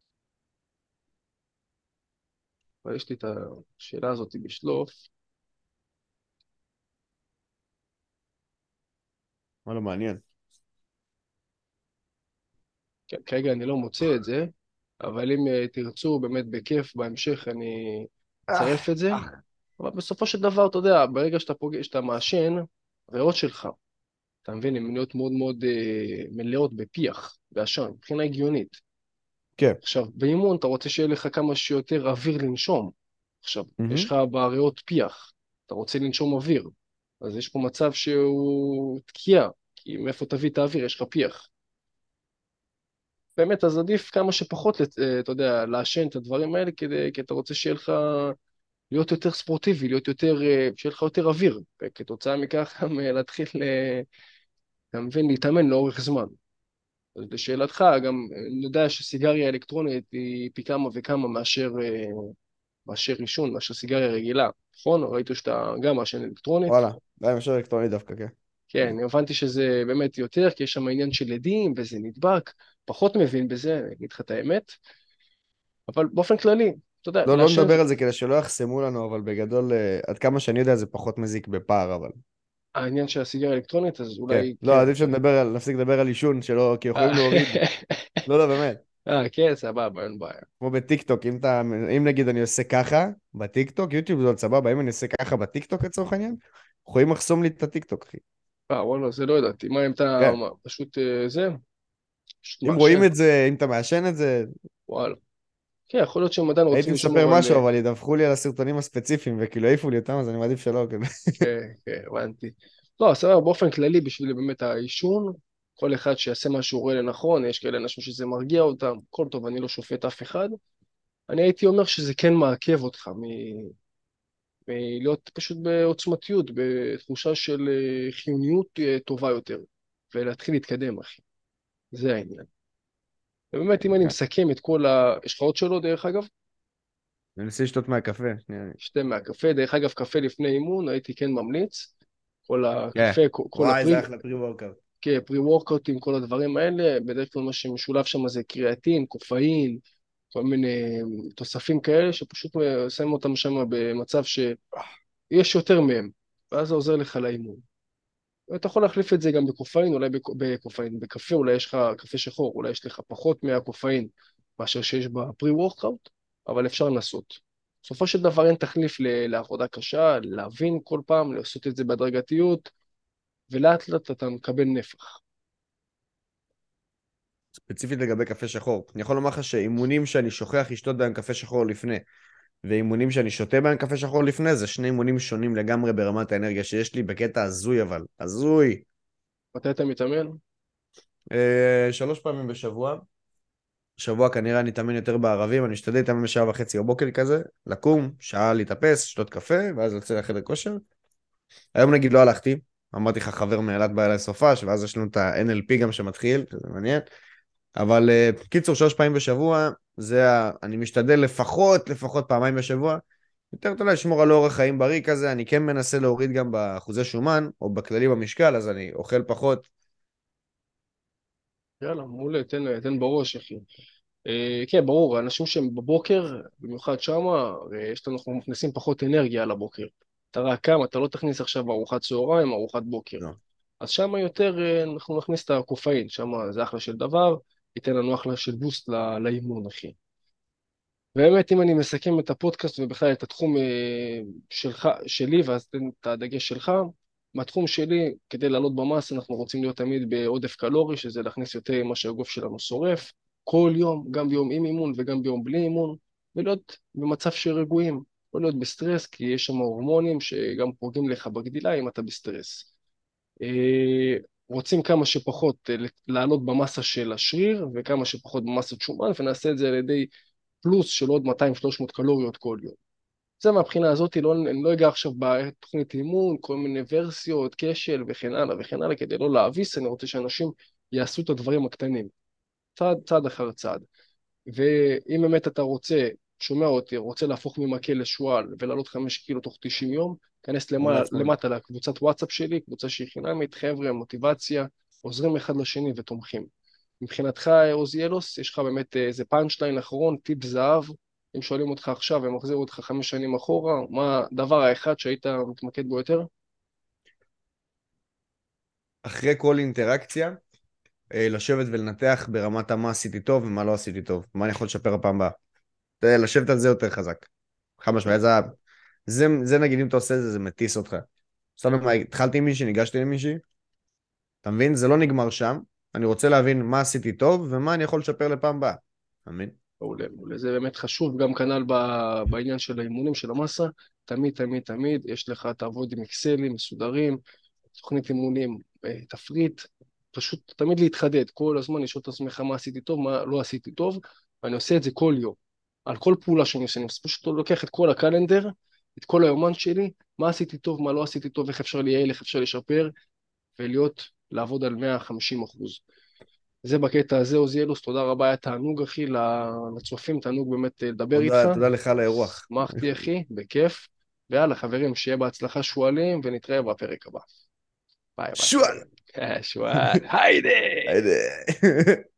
אבל יש לי את השאלה הזאת בשלוף, מה לא מעניין. כן, כרגע אני לא מוצא את זה, אבל אם אה, תרצו באמת בכיף בהמשך אני אצרף אך, את זה, אך. אבל בסופו של דבר, אתה יודע, ברגע שאתה פוגש, שאתה מעשן, הריאות שלך, אתה מבין, הן נהיות מאוד מאוד אה, מלאות בפיח, בעשן, מבחינה הגיונית. כן. עכשיו, באימון אתה רוצה שיהיה לך כמה שיותר אוויר לנשום. עכשיו, יש מהמם. לך בריאות פיח, אתה רוצה לנשום אוויר, אז יש פה מצב שהוא תקיעה, כי מאיפה תביא את האוויר? יש לך פיח. באמת, אז עדיף כמה שפחות, לת- אה, אתה יודע, לעשן את הדברים האלה, כדי, כי אתה רוצה שיהיה לך, להיות יותר ספורטיבי, להיות יותר, אה, שיהיה לך יותר אוויר, וכתוצאה מכך גם אה, להתחיל, אה, אתה מבין, להתאמן לאורך זמן. אז לשאלתך, גם אה, אני יודע שסיגריה אלקטרונית היא פי כמה וכמה מאשר, אה, מאשר עישון, מאשר סיגריה רגילה, נכון? ראיתי שאתה גם מעשן אלקטרונית. וואלה, זה היה משהו אלקטרוני דווקא, כן. כן, הבנתי שזה באמת יותר, כי יש שם עניין של עדים, וזה נדבק, פחות מבין בזה, אני אגיד לך את האמת, אבל באופן כללי, אתה יודע, לא, לא לעשן זה, נדבר על זה כדי שלא יחסמו לנו, אבל בגדול, אה, עד כמה שאני יודע, זה פחות מזיק בפער, אבל... העניין של הסיגריה האלקטרונית, אז כן. אולי לא, כן. עדיף שנדבר על, נפסיק לדבר על עישון, שלא, כי אה, יכולים להוריד. לא, לא, באמת. אה, כן, סבבה, אין בעיה. כמו בטיקטוק, אם אתה, אם נגיד אני עושה ככה, בטיקטוק, יוטיוב זה עוד סבבה, אם אני עושה ככה בטיקטוק לצורך העניין, יכולים לחסום לי את הטיקטוק, אחי. אה, וואלה, זה לא ידעתי. מה אם אתה כן. מה, פשוט אה, זה, פשוט אם מעשן? רואים את זה, אם אתה מעשן את זה, וואלה. כן, יכול להיות שהם עדיין הייתי רוצים מספר לשמור על... משהו, אה, אבל ידווחו לי על הסרטונים הספציפיים, וכאילו העיפו לי אותם, אז אני מעדיף שלא, כאילו. כן, כן, הבנתי. לא, סבבה, באופן כללי, בשביל באמת העישון, כל אחד שיעשה מה שהוא רואה לנכון, יש כאלה אנשים שזה מרגיע אותם, הכל טוב, אני לא שופט אף אחד. אני הייתי אומר שזה כן מעכב אותך מ- מלהיות פשוט בעוצמתיות, בתחושה של אה, חיוניות אה, טובה יותר, ולהתחיל להתקדם, אחי. זה העניין. ובאמת, אם אני כן. מסכם את כל ה... יש לך עוד שאלות, דרך אגב? אני מנסה לשתות מהקפה. שנייה. שתה מהקפה. דרך אגב, קפה לפני אימון, הייתי כן ממליץ. כל כן. הקפה, כל כל וואי, זה הפרי, אחלה פרי וורקאוט. פרי וורקאוטים, כל הדברים האלה, בדרך כלל מה שמשולב שם זה קריאטין, קופאין, כל מיני תוספים כאלה, שפשוט שמים אותם שם במצב שיש יותר מהם, ואז זה עוזר לך לאימון. אתה יכול להחליף את זה גם בקופאין, אולי בק- בקופאין, בקפה, אולי יש לך קפה שחור, אולי יש לך פחות מהקופאין מאשר שיש בפרי וורקאוט, אבל אפשר לנסות. בסופו של דבר אין תחליף ל- לעבודה קשה, להבין כל פעם, לעשות את זה בהדרגתיות, ולאט לאט אתה מקבל נפח. ספציפית לגבי קפה שחור. אני יכול לומר לך שאימונים שאני שוכח לשתות בהם קפה שחור לפני, ואימונים שאני שותה בהם קפה שחור לפני, זה שני אימונים שונים לגמרי ברמת האנרגיה שיש לי, בקטע הזוי אבל. הזוי. מתי אתה מתאמן? אה, שלוש פעמים בשבוע. שבוע כנראה אני אתאמן יותר בערבים, אני אשתדל להתאמן בשעה וחצי בבוקר כזה, לקום, שעה להתאפס, לשתות קפה, ואז לצאת לחדר כושר. היום נגיד לא הלכתי, אמרתי לך חבר מאילת בא אליי סופש, ואז יש לנו את ה-אן אל פי גם שמתחיל, שזה מעניין. אבל uh, קיצור, שלוש פעמים בשבוע, זה ה... אני משתדל לפחות, לפחות פעמיים בשבוע. יותר טוב לשמור על אורח חיים בריא כזה, אני כן מנסה להוריד גם באחוזי שומן, או בכללי במשקל, אז אני אוכל פחות. יאללה, מעולה, תן, תן בראש, אחי. אה, כן, ברור, אנשים שהם בבוקר, במיוחד שמה, הרי יש לנו, אנחנו מכניסים פחות אנרגיה על הבוקר. אתה רק קם, אתה לא תכניס עכשיו ארוחת צהריים, ארוחת בוקר. לא. אז שמה יותר אה, אנחנו נכניס את הקופאין, שמה זה אחלה של דבר, ייתן לנו אחלה של בוסט ל- לאימון, אחי. באמת, אם אני מסכם את הפודקאסט ובכלל את התחום אה, שלך, שלי, ואז תן את הדגש שלך, מהתחום שלי, כדי לעלות במס, אנחנו רוצים להיות תמיד בעודף קלורי, שזה להכניס יותר ממה שהגוף שלנו שורף, כל יום, גם ביום עם אימון וגם ביום בלי אימון, ולהיות במצב של רגועים, לא להיות בסטרס, כי יש שם הורמונים שגם פוגעים לך בגדילה אם אתה בסטרס. אה, רוצים כמה שפחות אה, לעלות במסה של השריר וכמה שפחות במסת שומן, ונעשה את זה על ידי פלוס של עוד מאתיים שלוש מאות קלוריות כל יום. זה מהבחינה הזאת, לא, אני לא אגע עכשיו בתוכנית אימון, כל מיני ורסיות, כשל וכן הלאה וכן הלאה, כדי לא להביס, אני רוצה שאנשים יעשו את הדברים הקטנים. צעד, צעד אחר צעד. ואם באמת אתה רוצה, שומע אותי, רוצה להפוך ממקל לשועל ולעלות חמש קילו תוך תשעים יום, כנס למעלה, מומלץ מאוד. למטה לקבוצת וואטסאפ שלי, קבוצה שהיא חינמית, חבר'ה, מוטיבציה, עוזרים אחד לשני ותומכים. מבחינתך, עוזיאלוס, יש לך באמת איזה פאנצ'ליין אחרון, טיפ זהב, אם שואלים אותך עכשיו ומחזירו אותך חמש שנים אחורה, מה הדבר האחד שהיית מתמקד בו יותר? אחרי כל אינטראקציה, אה, לשבת ולנתח ברמת מה עשיתי טוב ומה לא עשיתי טוב, מה אני יכול לשפר הפעם הבאה. זה- לשבת על זה יותר חזק. חד משמעית, זה, זה, זה נגיד אם אתה עושה את זה, זה מטיס אותך. סתם דוגמא, התחלתי עם מישהי, ניגשתי למישהי, אתה מבין? זה לא נגמר שם, אני רוצה להבין מה עשיתי טוב ומה אני יכול לשפר לפעם הבאה. אתה מבין? מעולה, מעולה. זה באמת חשוב, גם כנ"ל ב- בעניין של האימונים של המסה, תמיד, תמיד, תמיד, יש לך, תעבוד עם אקסלים מסודרים, תוכנית אימונים, אה, תפריט, פשוט תמיד להתחדד, כל הזמן לשאול את עצמך מה עשיתי טוב, מה לא עשיתי טוב, ואני עושה את זה כל יום, על כל פעולה שאני עושה, אני פשוט לוקח את כל הקלנדר, את כל היומן שלי, מה עשיתי טוב, מה לא עשיתי טוב, איך אפשר לייעל, איך אפשר לשפר, ולהיות, לעבוד על מאה וחמישים אחוז. זה בקטע הזה, עוזיאלוס, תודה רבה, היה תענוג אחי לצופים, תענוג באמת לדבר איתך, תודה, תודה לך על האירוח. שמחתי אחי, בכיף, ויאללה חברים, שיהיה בהצלחה שועלים, ונתראה בפרק הבא. ביי ביי. שועל! שועל, היידה! היידה.